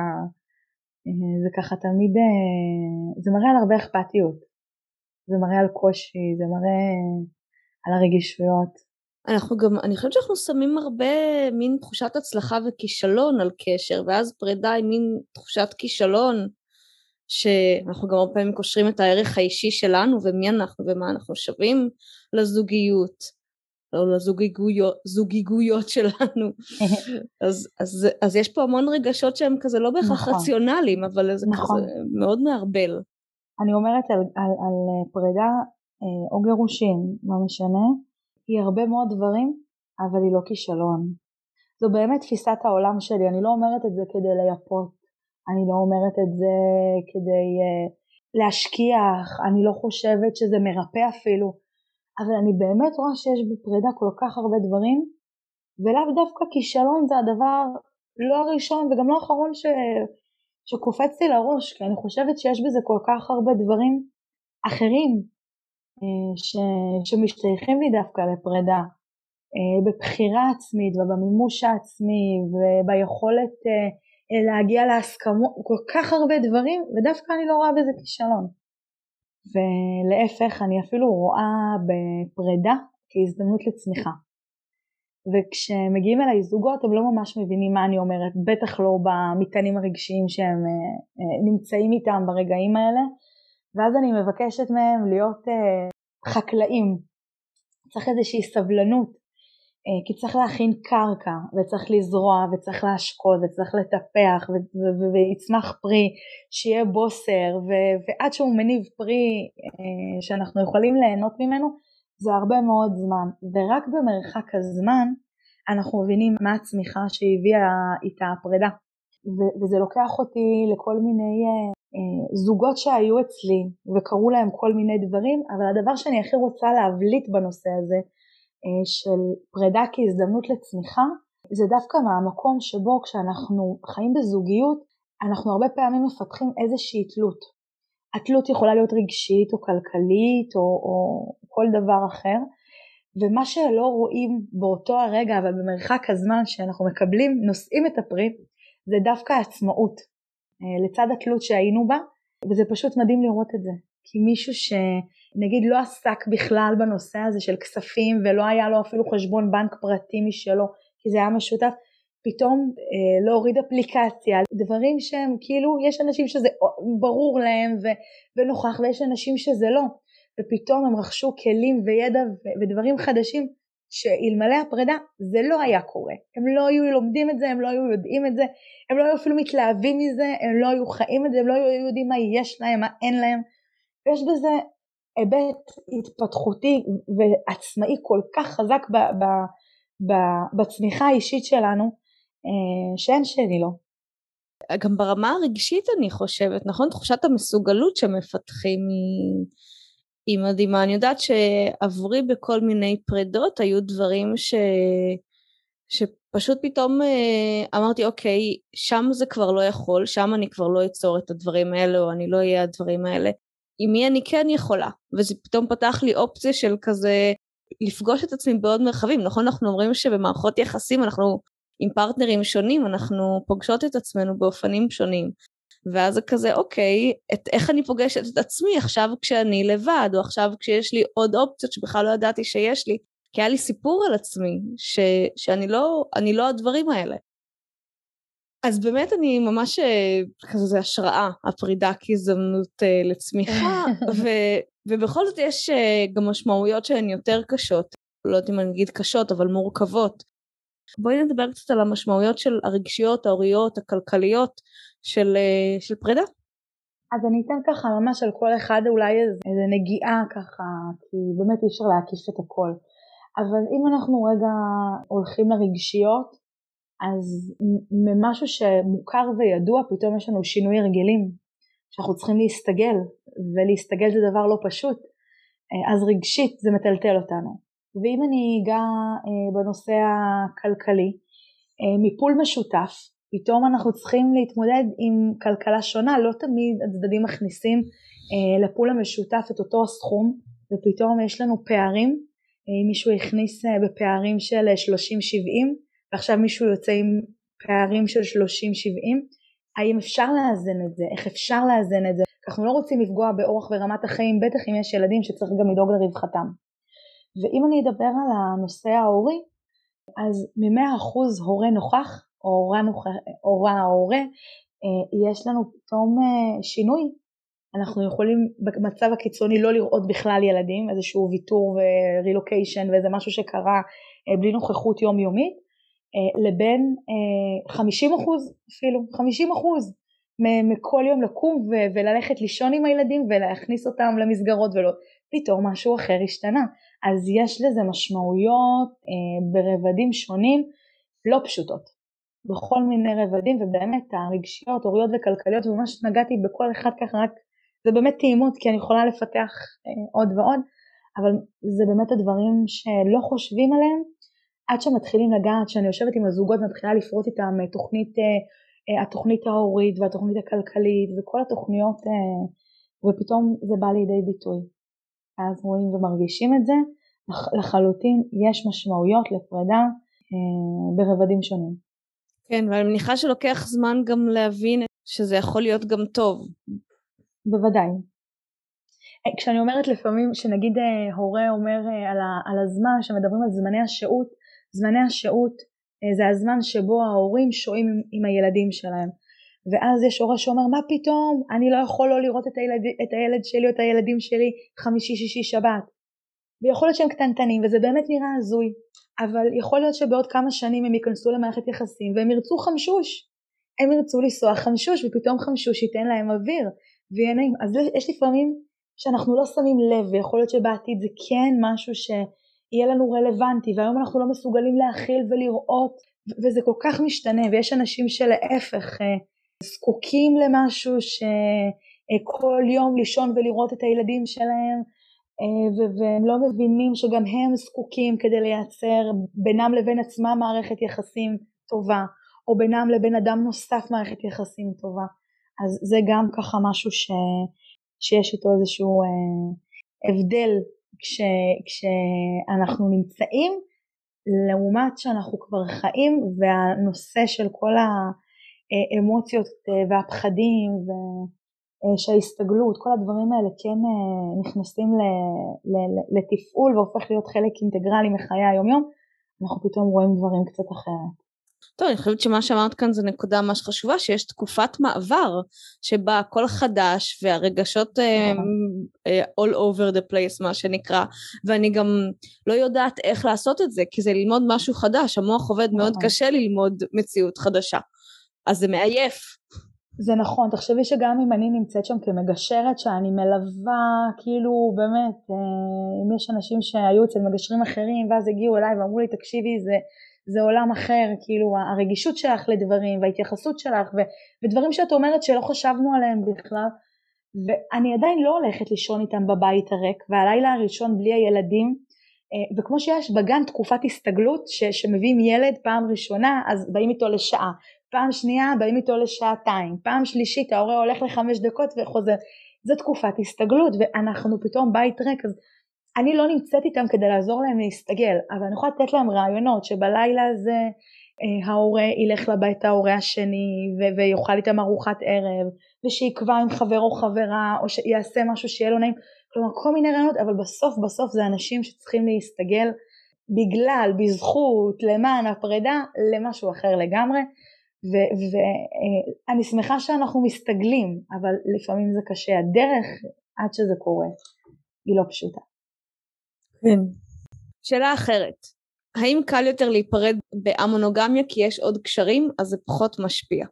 זה ככה תמיד, זה מראה על הרבה אכפתיות. זה מראה על קושי, זה מראה על הרגישויות. אנחנו גם, אני חושבת שאנחנו שמים הרבה מין תחושת הצלחה וכישלון על קשר, ואז פרידה היא מין תחושת כישלון, שאנחנו גם הרבה פעמים קושרים את הערך האישי שלנו ומי אנחנו ומה אנחנו שווים לזוגיות או לזוגיגויות שלנו. אז, אז, אז יש פה המון רגשות שהם כזה לא בהכרח נכון. רציונליים, אבל זה נכון. כזה מאוד מערבל. אני אומרת על, על, על פרידה או גירושין, לא משנה, היא הרבה מאוד דברים, אבל היא לא כישלון. זו באמת תפיסת העולם שלי, אני לא אומרת את זה כדי לייפות, אני לא אומרת את זה כדי uh, להשכיח, אני לא חושבת שזה מרפא אפילו, אבל אני באמת רואה שיש בפרידה כל כך הרבה דברים, ולאו דווקא כישלון זה הדבר לא הראשון וגם לא האחרון ש... שקופץ לי לראש, כי אני חושבת שיש בזה כל כך הרבה דברים אחרים ש... שמשתייכים לי דווקא לפרידה, בבחירה עצמית ובמימוש העצמי וביכולת להגיע להסכמות, כל כך הרבה דברים, ודווקא אני לא רואה בזה כישלון. ולהפך, אני אפילו רואה בפרידה כהזדמנות לצמיחה. וכשמגיעים אליי זוגות הם לא ממש מבינים מה אני אומרת, בטח לא במטענים הרגשיים שהם נמצאים איתם ברגעים האלה, ואז אני מבקשת מהם להיות חקלאים. צריך איזושהי סבלנות, כי צריך להכין קרקע, וצריך לזרוע, וצריך להשקות, וצריך לטפח, ויצמח פרי, שיהיה בוסר, ועד שהוא מניב פרי שאנחנו יכולים ליהנות ממנו, זה הרבה מאוד זמן. ורק במרחק הזמן אנחנו מבינים מה הצמיחה שהביאה איתה הפרידה. וזה לוקח אותי לכל מיני זוגות שהיו אצלי, וקראו להם כל מיני דברים, אבל הדבר שאני הכי רוצה להבליט בנושא הזה, של פרידה כהזדמנות לצמיחה, זה דווקא מהמקום שבו כשאנחנו חיים בזוגיות, אנחנו הרבה פעמים מפתחים איזושהי תלות. התלות יכולה להיות רגשית או כלכלית או, או כל דבר אחר, ומה שלא רואים באותו הרגע, אבל במרחק הזמן שאנחנו מקבלים, נושאים את הפרי, זה דווקא העצמאות, לצד התלות שהיינו בה, וזה פשוט מדהים לראות את זה. כי מישהו שנגיד לא עסק בכלל בנושא הזה של כספים, ולא היה לו אפילו חשבון בנק פרטי משלו, כי זה היה משותף, פתאום אה, להוריד אפליקציה, דברים שהם כאילו, יש אנשים שזה ברור להם ו- ונוכח, ויש אנשים שזה לא, ופתאום הם רכשו כלים וידע ו- ודברים חדשים, שאלמלא הפרידה זה לא היה קורה, הם לא היו לומדים את זה, הם לא היו יודעים את זה, הם לא היו אפילו מתלהבים מזה, הם לא היו חיים את זה, הם לא היו יודעים מה יש להם, מה אין להם, ויש בזה היבט התפתחותי ועצמאי כל כך חזק ב- ב- ב- בצמיחה האישית שלנו, שאין שני לו. גם ברמה הרגשית אני חושבת, נכון? תחושת המסוגלות שמפתחים היא, היא מדהימה. אני יודעת שעברי בכל מיני פרידות היו דברים ש... שפשוט פתאום אמרתי אוקיי, שם זה כבר לא יכול, שם אני כבר לא אצור את הדברים האלה, או אני לא אהיה הדברים האלה. עם מי אני כן יכולה, וזה פתאום פתח לי אופציה של כזה לפגוש את עצמי בעוד מרחבים. נכון, אנחנו אומרים שבמערכות יחסים אנחנו עם פרטנרים שונים, אנחנו פוגשות את עצמנו באופנים שונים, ואז זה כזה אוקיי, את, איך אני פוגשת את עצמי עכשיו כשאני לבד, או עכשיו כשיש לי עוד אופציות שבכלל לא ידעתי שיש לי, כי היה לי סיפור על עצמי, ש, שאני לא, אני לא הדברים האלה. אז באמת אני ממש, כזה זה השראה, הפרידה כהזדמנות לצמיחה, ו, ובכל זאת יש גם משמעויות שהן יותר קשות, לא יודעת אם אני אגיד קשות, אבל מורכבות. בואי נדבר קצת על המשמעויות של הרגשיות, ההוריות, הכלכליות של, של פרידה. אז אני אתן ככה ממש על כל אחד אולי איזה נגיעה ככה, כי באמת אי אפשר להקיף את הכל. אבל אם אנחנו רגע הולכים לרגשיות, אז ממשהו שמוכר וידוע פתאום יש לנו שינוי הרגלים, שאנחנו צריכים להסתגל, ולהסתגל זה דבר לא פשוט, אז רגשית זה מטלטל אותנו. ואם אני אגע בנושא הכלכלי, מיפול משותף, פתאום אנחנו צריכים להתמודד עם כלכלה שונה, לא תמיד הצדדים מכניסים לפול המשותף את אותו הסכום, ופתאום יש לנו פערים, אם מישהו הכניס בפערים של שלושים שבעים, ועכשיו מישהו יוצא עם פערים של שלושים שבעים, האם אפשר לאזן את זה? איך אפשר לאזן את זה? אנחנו לא רוצים לפגוע באורח ורמת החיים, בטח אם יש ילדים שצריך גם לדאוג לרווחתם. ואם אני אדבר על הנושא ההורי, אז מ-מאה אחוז הורה נוכח, או הורה, נוכח, הורה, הורה, יש לנו פתאום שינוי. אנחנו יכולים במצב הקיצוני לא לראות בכלל ילדים, איזשהו ויתור ורילוקיישן, ואיזה משהו שקרה בלי נוכחות יומיומית, לבין חמישים אחוז אפילו, חמישים אחוז מכל יום לקום ו- וללכת לישון עם הילדים ולהכניס אותם למסגרות ולא, פתאום משהו אחר השתנה. אז יש לזה משמעויות אה, ברבדים שונים לא פשוטות, בכל מיני רבדים, ובאמת הרגשיות, הוריות וכלכליות, וממש נגעתי בכל אחד ככה, רק זה באמת טעימות, כי אני יכולה לפתח אה, עוד ועוד, אבל זה באמת הדברים שלא חושבים עליהם, עד שמתחילים לגעת, שאני יושבת עם הזוגות, מתחילה לפרוט איתם תוכנית, אה, התוכנית ההורית והתוכנית הכלכלית, וכל התוכניות, אה, ופתאום זה בא לידי ביטוי. אז רואים ומרגישים את זה, לחלוטין יש משמעויות לפרידה אה, ברבדים שונים. כן, ואני מניחה שלוקח זמן גם להבין שזה יכול להיות גם טוב. בוודאי. כשאני אומרת לפעמים שנגיד הורה אומר על, ה, על הזמן, שמדברים על זמני השהות, זמני השהות זה הזמן שבו ההורים שוהים עם, עם הילדים שלהם. ואז יש הורה שאומר, מה פתאום, אני לא יכול לא לראות את הילד, את הילד שלי או את הילדים שלי חמישי, שישי, שבת. ויכול להיות שהם קטנטנים, וזה באמת נראה הזוי. אבל יכול להיות שבעוד כמה שנים הם ייכנסו למערכת יחסים, והם ירצו חמשוש. הם ירצו לנסוע חמשוש, ופתאום חמשוש ייתן להם אוויר. ויהיה נעים. אז יש לפעמים שאנחנו לא שמים לב, ויכול להיות שבעתיד זה כן משהו שיהיה לנו רלוונטי, והיום אנחנו לא מסוגלים להכיל ולראות, וזה כל כך משתנה, ויש אנשים שלהפך זקוקים למשהו שכל יום לישון ולראות את הילדים שלהם, והם לא מבינים שגם הם זקוקים כדי לייצר בינם לבין עצמם מערכת יחסים טובה, או בינם לבין אדם נוסף מערכת יחסים טובה. אז זה גם ככה משהו ש... שיש איתו איזשהו אה, הבדל כש... כשאנחנו נמצאים, לעומת שאנחנו כבר חיים, והנושא של כל האמוציות והפחדים ו... שההסתגלות, כל הדברים האלה כן נכנסים לתפעול והופך להיות חלק אינטגרלי מחיי היום-יום, אנחנו פתאום רואים דברים קצת אחרת. טוב, אני חושבת שמה שאמרת כאן זה נקודה ממש חשובה, שיש תקופת מעבר שבה הכל חדש והרגשות all over the place מה שנקרא, ואני גם לא יודעת איך לעשות את זה, כי זה ללמוד משהו חדש, המוח עובד מאוד קשה ללמוד מציאות חדשה, אז זה מעייף. זה נכון, תחשבי שגם אם אני נמצאת שם כמגשרת, שאני מלווה, כאילו באמת, אם יש אנשים שהיו אצל מגשרים אחרים, ואז הגיעו אליי ואמרו לי, תקשיבי, זה, זה עולם אחר, כאילו הרגישות שלך לדברים, וההתייחסות שלך, ו, ודברים שאת אומרת שלא חשבנו עליהם בכלל, ואני עדיין לא הולכת לישון איתם בבית הריק, והלילה הראשון בלי הילדים, וכמו שיש בגן תקופת הסתגלות, ש, שמביאים ילד פעם ראשונה, אז באים איתו לשעה, פעם שנייה באים איתו לשעתיים, פעם שלישית ההורה הולך לחמש דקות וחוזר, זו תקופת הסתגלות, ואנחנו פתאום בית ריק, אז אני לא נמצאת איתם כדי לעזור להם להסתגל, אבל אני יכולה לתת להם רעיונות, שבלילה הזה אה, ההורה ילך לבית ההורה השני, ו- ויוכל איתם ארוחת ערב, ושיקבע עם חבר או חברה, או שיעשה משהו שיהיה לו נעים, כלומר כל מיני רעיונות, אבל בסוף בסוף זה אנשים שצריכים להסתגל, בגלל, בזכות, למען הפרידה, למשהו אחר לגמרי, ואני שמחה שאנחנו מסתגלים, אבל לפעמים זה קשה, הדרך עד שזה קורה היא לא פשוטה. כן. שאלה אחרת, האם קל יותר להיפרד באמונוגמיה כי יש עוד קשרים, אז זה פחות משפיע?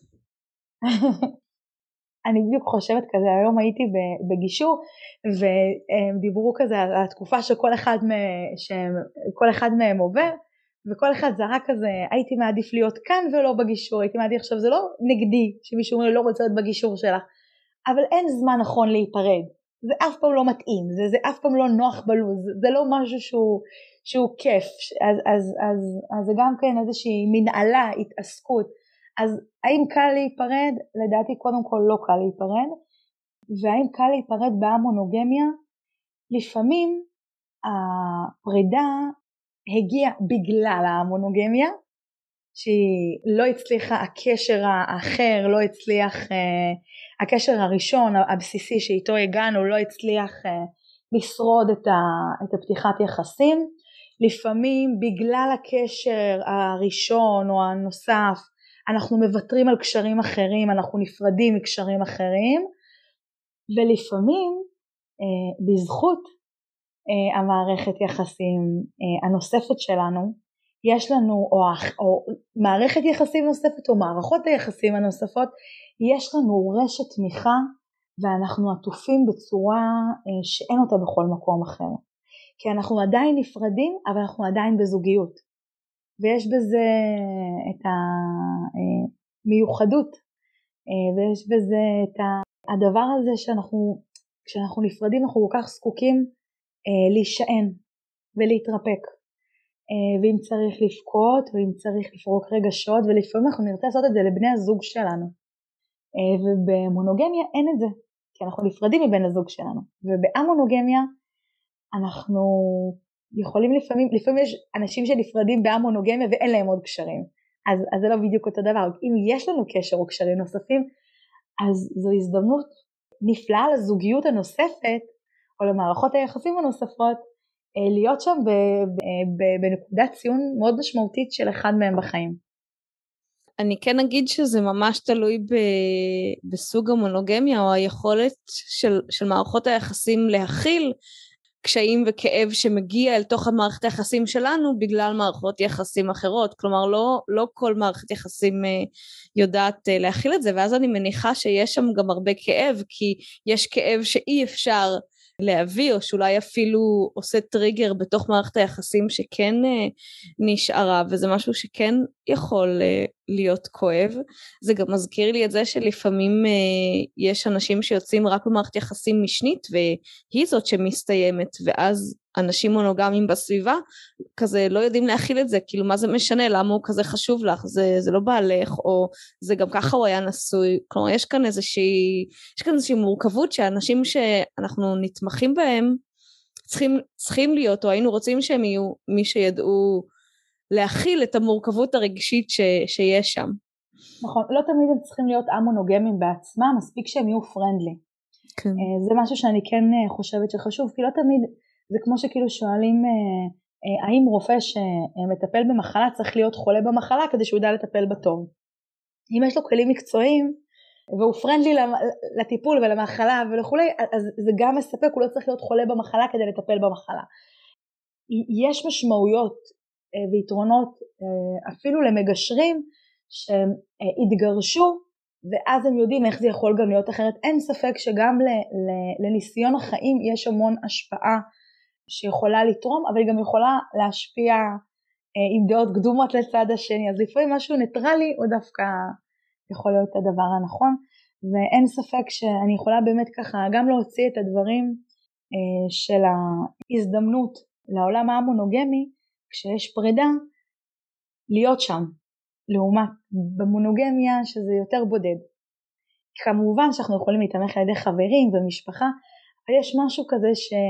אני בדיוק חושבת כזה, היום הייתי בגישור ודיברו כזה על התקופה שכל אחד, שכל אחד מהם עובר, וכל אחד זרק כזה, הייתי מעדיף להיות כאן ולא בגישור, הייתי מעדיף, עכשיו זה לא נגדי שמישהו אומר לא רוצה להיות בגישור שלך, אבל אין זמן נכון להיפרד, זה אף פעם לא מתאים, זה, זה אף פעם לא נוח בלוז, זה לא משהו שהוא, שהוא כיף, אז, אז, אז, אז זה גם כן איזושהי מנהלה, התעסקות, אז האם קל להיפרד? לדעתי קודם כל לא קל להיפרד, והאם קל להיפרד באמונוגמיה? לפעמים הפרידה הגיע בגלל המונוגמיה, שהיא לא הצליחה, הקשר האחר לא הצליח, הקשר הראשון הבסיסי שאיתו הגענו לא הצליח לשרוד את הפתיחת יחסים, לפעמים בגלל הקשר הראשון או הנוסף, אנחנו מוותרים על קשרים אחרים, אנחנו נפרדים מקשרים אחרים, ולפעמים בזכות המערכת יחסים הנוספת שלנו, יש לנו, או, או מערכת יחסים נוספת, או מערכות היחסים הנוספות, יש לנו רשת תמיכה, ואנחנו עטופים בצורה שאין אותה בכל מקום אחר. כי אנחנו עדיין נפרדים, אבל אנחנו עדיין בזוגיות. ויש בזה את המיוחדות, ויש בזה את הדבר הזה שאנחנו, כשאנחנו נפרדים, אנחנו כל כך זקוקים להישען ולהתרפק. ואם צריך לפקות, ואם צריך לפרוק רגשות, ולפעמים אנחנו נרצה לעשות את זה לבני הזוג שלנו. ובמונוגמיה אין את זה, כי אנחנו נפרדים מבן הזוג שלנו. ובאמונוגמיה אנחנו יכולים לפעמים, לפעמים יש אנשים שנפרדים באמונוגמיה ואין להם עוד קשרים. אז, אז זה לא בדיוק אותו דבר. אם יש לנו קשר או קשרים נוספים, אז זו הזדמנות נפלאה לזוגיות הנוספת, או למערכות היחסים הנוספות, להיות שם בנקודת ציון מאוד משמעותית של אחד מהם בחיים. אני כן אגיד שזה ממש תלוי בסוג המונוגמיה, או היכולת של, של מערכות היחסים להכיל קשיים וכאב שמגיע אל תוך המערכת היחסים שלנו בגלל מערכות יחסים אחרות. כלומר לא, לא כל מערכת יחסים יודעת להכיל את זה, ואז אני מניחה שיש שם גם הרבה כאב, כי יש כאב שאי אפשר להביא, או שאולי אפילו עושה טריגר בתוך מערכת היחסים שכן נשארה, וזה משהו שכן יכול להיות כואב. זה גם מזכיר לי את זה שלפעמים יש אנשים שיוצאים רק במערכת יחסים משנית, והיא זאת שמסתיימת, ואז אנשים מונוגמים בסביבה כזה לא יודעים להכיל את זה, כאילו מה זה משנה, למה הוא כזה חשוב לך, זה, זה לא בעלך, או זה גם ככה הוא היה נשוי. כלומר יש כאן איזושהי, יש כאן איזושהי מורכבות שאנשים שאנחנו נתמכים בהם צריכים, צריכים להיות, או היינו רוצים שהם יהיו מי שידעו להכיל את המורכבות הרגשית ש, שיש שם. נכון, לא תמיד הם צריכים להיות אמונוגמים בעצמם, מספיק שהם יהיו פרנדלי. כן. זה משהו שאני כן חושבת שחשוב, כי לא תמיד, זה כמו שכאילו שואלים, האם רופא שמטפל במחלה צריך להיות חולה במחלה כדי שהוא ידע לטפל בטוב. אם יש לו כלים מקצועיים והוא פרנדלי לטיפול ולמחלה ולכולי, אז זה גם מספק, הוא לא צריך להיות חולה במחלה כדי לטפל במחלה. יש משמעויות ויתרונות אפילו למגשרים שהם התגרשו, ואז הם יודעים איך זה יכול גם להיות אחרת. אין ספק שגם לניסיון החיים יש המון השפעה שיכולה לתרום, אבל היא גם יכולה להשפיע עם דעות קדומות לצד השני. אז לפעמים משהו ניטרלי הוא דווקא יכול להיות הדבר הנכון, ואין ספק שאני יכולה באמת ככה גם להוציא את הדברים של ההזדמנות לעולם המונוגמי, כשיש פרידה, להיות שם, לעומת במונוגמיה שזה יותר בודד. כמובן שאנחנו יכולים להתאמך על ידי חברים ומשפחה, אבל יש משהו כזה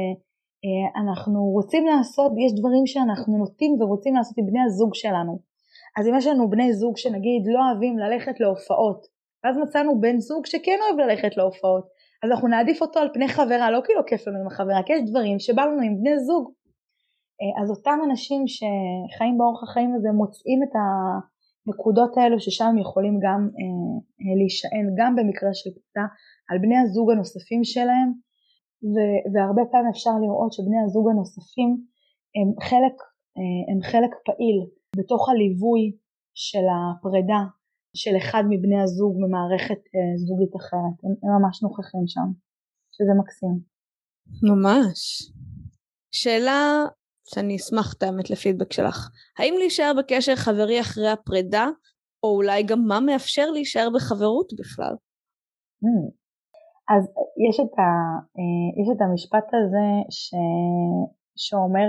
שאנחנו רוצים לעשות, יש דברים שאנחנו נוטים ורוצים לעשות עם בני הזוג שלנו. אז אם יש לנו בני זוג שנגיד לא אוהבים ללכת להופעות, ואז מצאנו בן זוג שכן אוהב ללכת להופעות, אז אנחנו נעדיף אותו על פני חברה, לא כי לא כיף לנו עם החברה, כי יש דברים שבא לנו עם בני זוג. אז אותם אנשים שחיים באורח החיים הזה מוצאים את הנקודות האלו ששם יכולים גם אה, להישען גם במקרה של פרידה על בני הזוג הנוספים שלהם, ו- והרבה פעמים אפשר לראות שבני הזוג הנוספים הם חלק, אה, הם חלק פעיל בתוך הליווי של הפרידה של אחד מבני הזוג במערכת אה, זוגית אחרת. הם, הם ממש נוכחים שם, שזה מקסים. ממש. שאלה שאני אשמח תאמת לפידבק שלך. האם להישאר בקשר חברי אחרי הפרידה, או אולי גם מה מאפשר להישאר בחברות בכלל? Hmm. אז יש את, ה, יש את המשפט הזה ש, שאומר,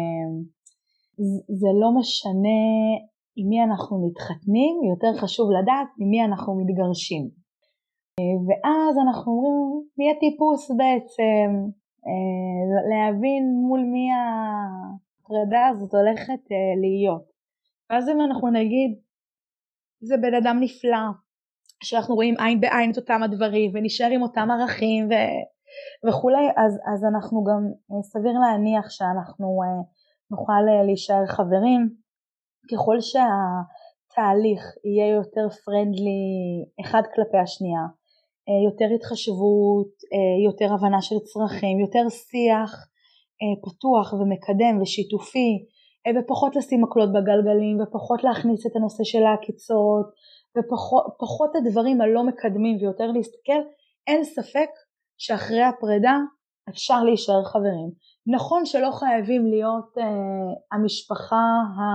זה לא משנה עם מי אנחנו מתחתנים, יותר חשוב לדעת עם מי אנחנו מתגרשים. ואז אנחנו אומרים, מי הטיפוס בעצם? להבין מול מי הפרידה הזאת הולכת להיות. ואז אם אנחנו נגיד, זה בן אדם נפלא, שאנחנו רואים עין בעין את אותם הדברים, ונשאר עם אותם ערכים ו... וכולי, אז, אז אנחנו גם סביר להניח שאנחנו נוכל להישאר חברים, ככל שהתהליך יהיה יותר פרנדלי אחד כלפי השנייה, יותר התחשבות, יותר הבנה של צרכים, יותר שיח פתוח ומקדם ושיתופי, ופחות לשים מקלות בגלגלים, ופחות להכניס את הנושא של העקיצות, ופחות הדברים הלא מקדמים, ויותר להסתכל. אין ספק שאחרי הפרידה אפשר להישאר חברים. נכון שלא חייבים להיות אה, המשפחה, ה,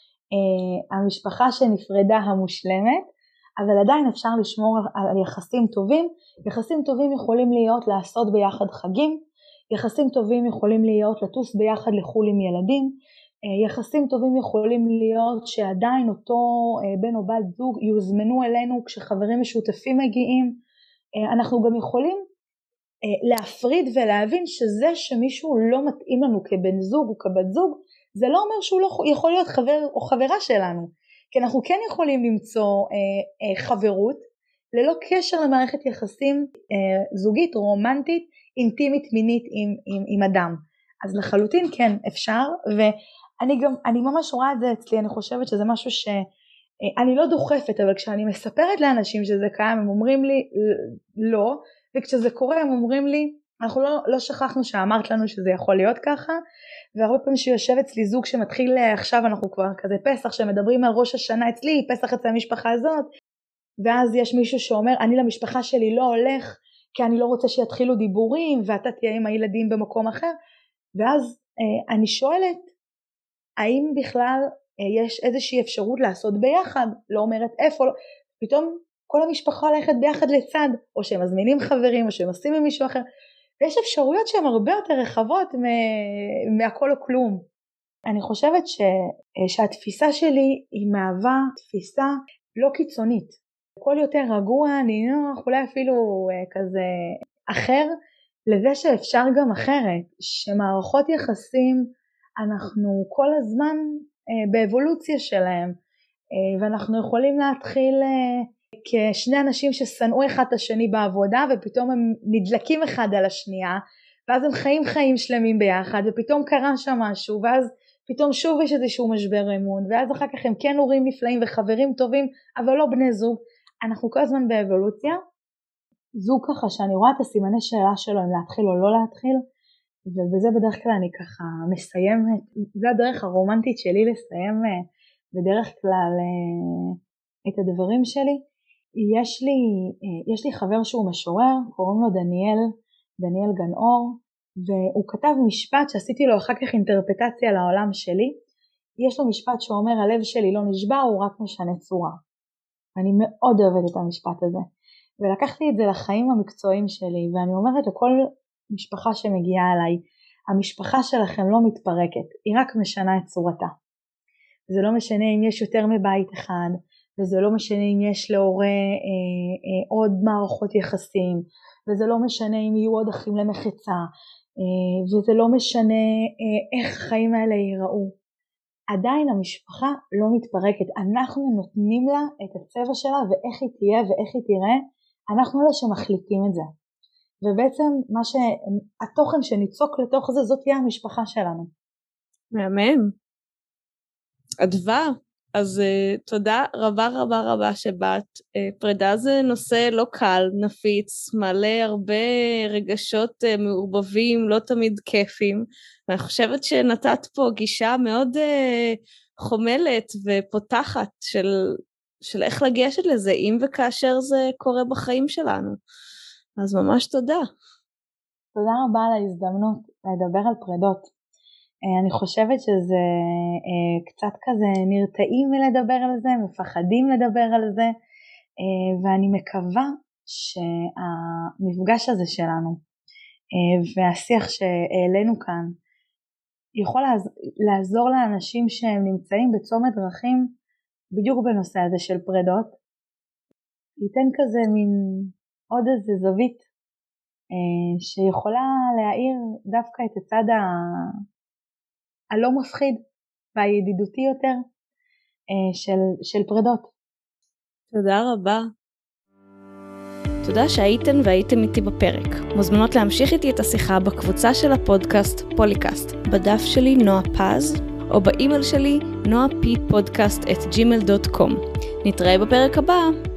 אה, המשפחה שנפרדה המושלמת, אבל עדיין אפשר לשמור על, על יחסים טובים. יחסים טובים יכולים להיות לעשות ביחד חגים, יחסים טובים יכולים להיות לטוס ביחד לחול עם ילדים, יחסים טובים יכולים להיות שעדיין אותו בן או בת זוג יוזמנו אלינו כשחברים משותפים מגיעים. אנחנו גם יכולים להפריד ולהבין שזה שמישהו לא מתאים לנו כבן זוג או כבת זוג, זה לא אומר שהוא לא יכול להיות חבר או חברה שלנו, כי אנחנו כן יכולים למצוא חברות ללא קשר למערכת יחסים זוגית, רומנטית, אינטימית, מינית עם, עם, עם אדם. אז לחלוטין כן אפשר, ואני גם, אני ממש רואה את זה אצלי, אני חושבת שזה משהו שאני לא דוחפת, אבל כשאני מספרת לאנשים שזה קיים, הם אומרים לי לא, וכשזה קורה הם אומרים לי, אנחנו לא, לא שכחנו שאמרת לנו שזה יכול להיות ככה, והרבה פעמים שיושב אצלי זוג שמתחיל, עכשיו אנחנו כבר כזה פסח, שמדברים על ראש השנה אצלי, פסח אצל המשפחה הזאת, ואז יש מישהו שאומר, אני למשפחה שלי לא הולך, כי אני לא רוצה שיתחילו דיבורים, ואתה תהיה עם הילדים במקום אחר, ואז אה, אני שואלת, האם בכלל אה, יש איזושהי אפשרות לעשות ביחד, לא אומרת איפה, לא, פתאום כל המשפחה הולכת ביחד לצד, או שהם מזמינים חברים, או שהם עושים עם מישהו אחר, ויש אפשרויות שהן הרבה יותר רחבות מהכל או כלום. אני חושבת ש, שהתפיסה שלי היא מהווה תפיסה לא קיצונית, הכל יותר רגוע, נינוח, אולי אפילו אה, כזה אחר, לזה שאפשר גם אחרת, שמערכות יחסים אנחנו כל הזמן אה, באבולוציה שלהם, אה, ואנחנו יכולים להתחיל אה, כשני אנשים ששנאו אחד את השני בעבודה, ופתאום הם נדלקים אחד על השנייה, ואז הם חיים חיים שלמים ביחד, ופתאום קרה שם משהו, ואז פתאום שוב יש איזשהו משבר אמון, ואז אחר כך הם כן הורים נפלאים וחברים טובים, אבל לא בני זוג. אנחנו כל הזמן באבולוציה. זוג ככה שאני רואה את הסימני שאלה שלו אם להתחיל או לא להתחיל, ובזה בדרך כלל אני ככה מסיימת, זה הדרך הרומנטית שלי לסיים בדרך כלל את הדברים שלי. יש לי, יש לי חבר שהוא משורר, קוראים לו דניאל, דניאל גנאור, והוא כתב משפט שעשיתי לו אחר כך אינטרפטציה לעולם שלי. יש לו משפט שאומר, הלב שלי לא נשבר, הוא רק משנה צורה. אני מאוד אוהבת את המשפט הזה, ולקחתי את זה לחיים המקצועיים שלי, ואני אומרת לכל משפחה שמגיעה אליי, המשפחה שלכם לא מתפרקת, היא רק משנה את צורתה. זה לא משנה אם יש יותר מבית אחד, וזה לא משנה אם יש להורה אה, אה, עוד מערכות יחסים, וזה לא משנה אם יהיו עוד אחים למחצה, אה, וזה לא משנה אה, איך החיים האלה ייראו. עדיין המשפחה לא מתפרקת, אנחנו נותנים לה את הצבע שלה ואיך היא תהיה ואיך היא תראה, אנחנו אלה שמחליטים את זה. ובעצם מה שהתוכן שניצוק לתוך זה, זאת תהיה המשפחה שלנו. מאמן. אדווה, אז uh, תודה רבה רבה רבה שבאת. uh, פרידה זה נושא לא קל, נפיץ, מלא הרבה רגשות uh, מעורבבים, לא תמיד כיפים, ואני חושבת שנתת פה גישה מאוד uh, חומלת ופותחת של, של איך לגשת לזה, אם וכאשר זה קורה בחיים שלנו. אז ממש תודה. תודה רבה על ההזדמנות לדבר על פרידות. אני חושבת שזה קצת כזה נרתעים מלדבר על זה, מפחדים לדבר על זה, ואני מקווה שהמפגש הזה שלנו והשיח שהעלינו כאן יכול לעזור לאנשים שהם נמצאים בצומת דרכים בדיוק בנושא הזה של פרידות, ייתן כזה מין עוד איזה זווית שיכולה להאיר דווקא את הצד ה... הלא מפחיד והידידותי יותר של, של פרידות. תודה רבה. תודה שהייתן והייתם איתי בפרק. מוזמנות להמשיך איתי את השיחה בקבוצה של הפודקאסט פוליקאסט, בדף שלי נועה פז, או באימייל שלי נועה פי פודקאסט את ג'ימייל דוט קום. נתראה בפרק הבא.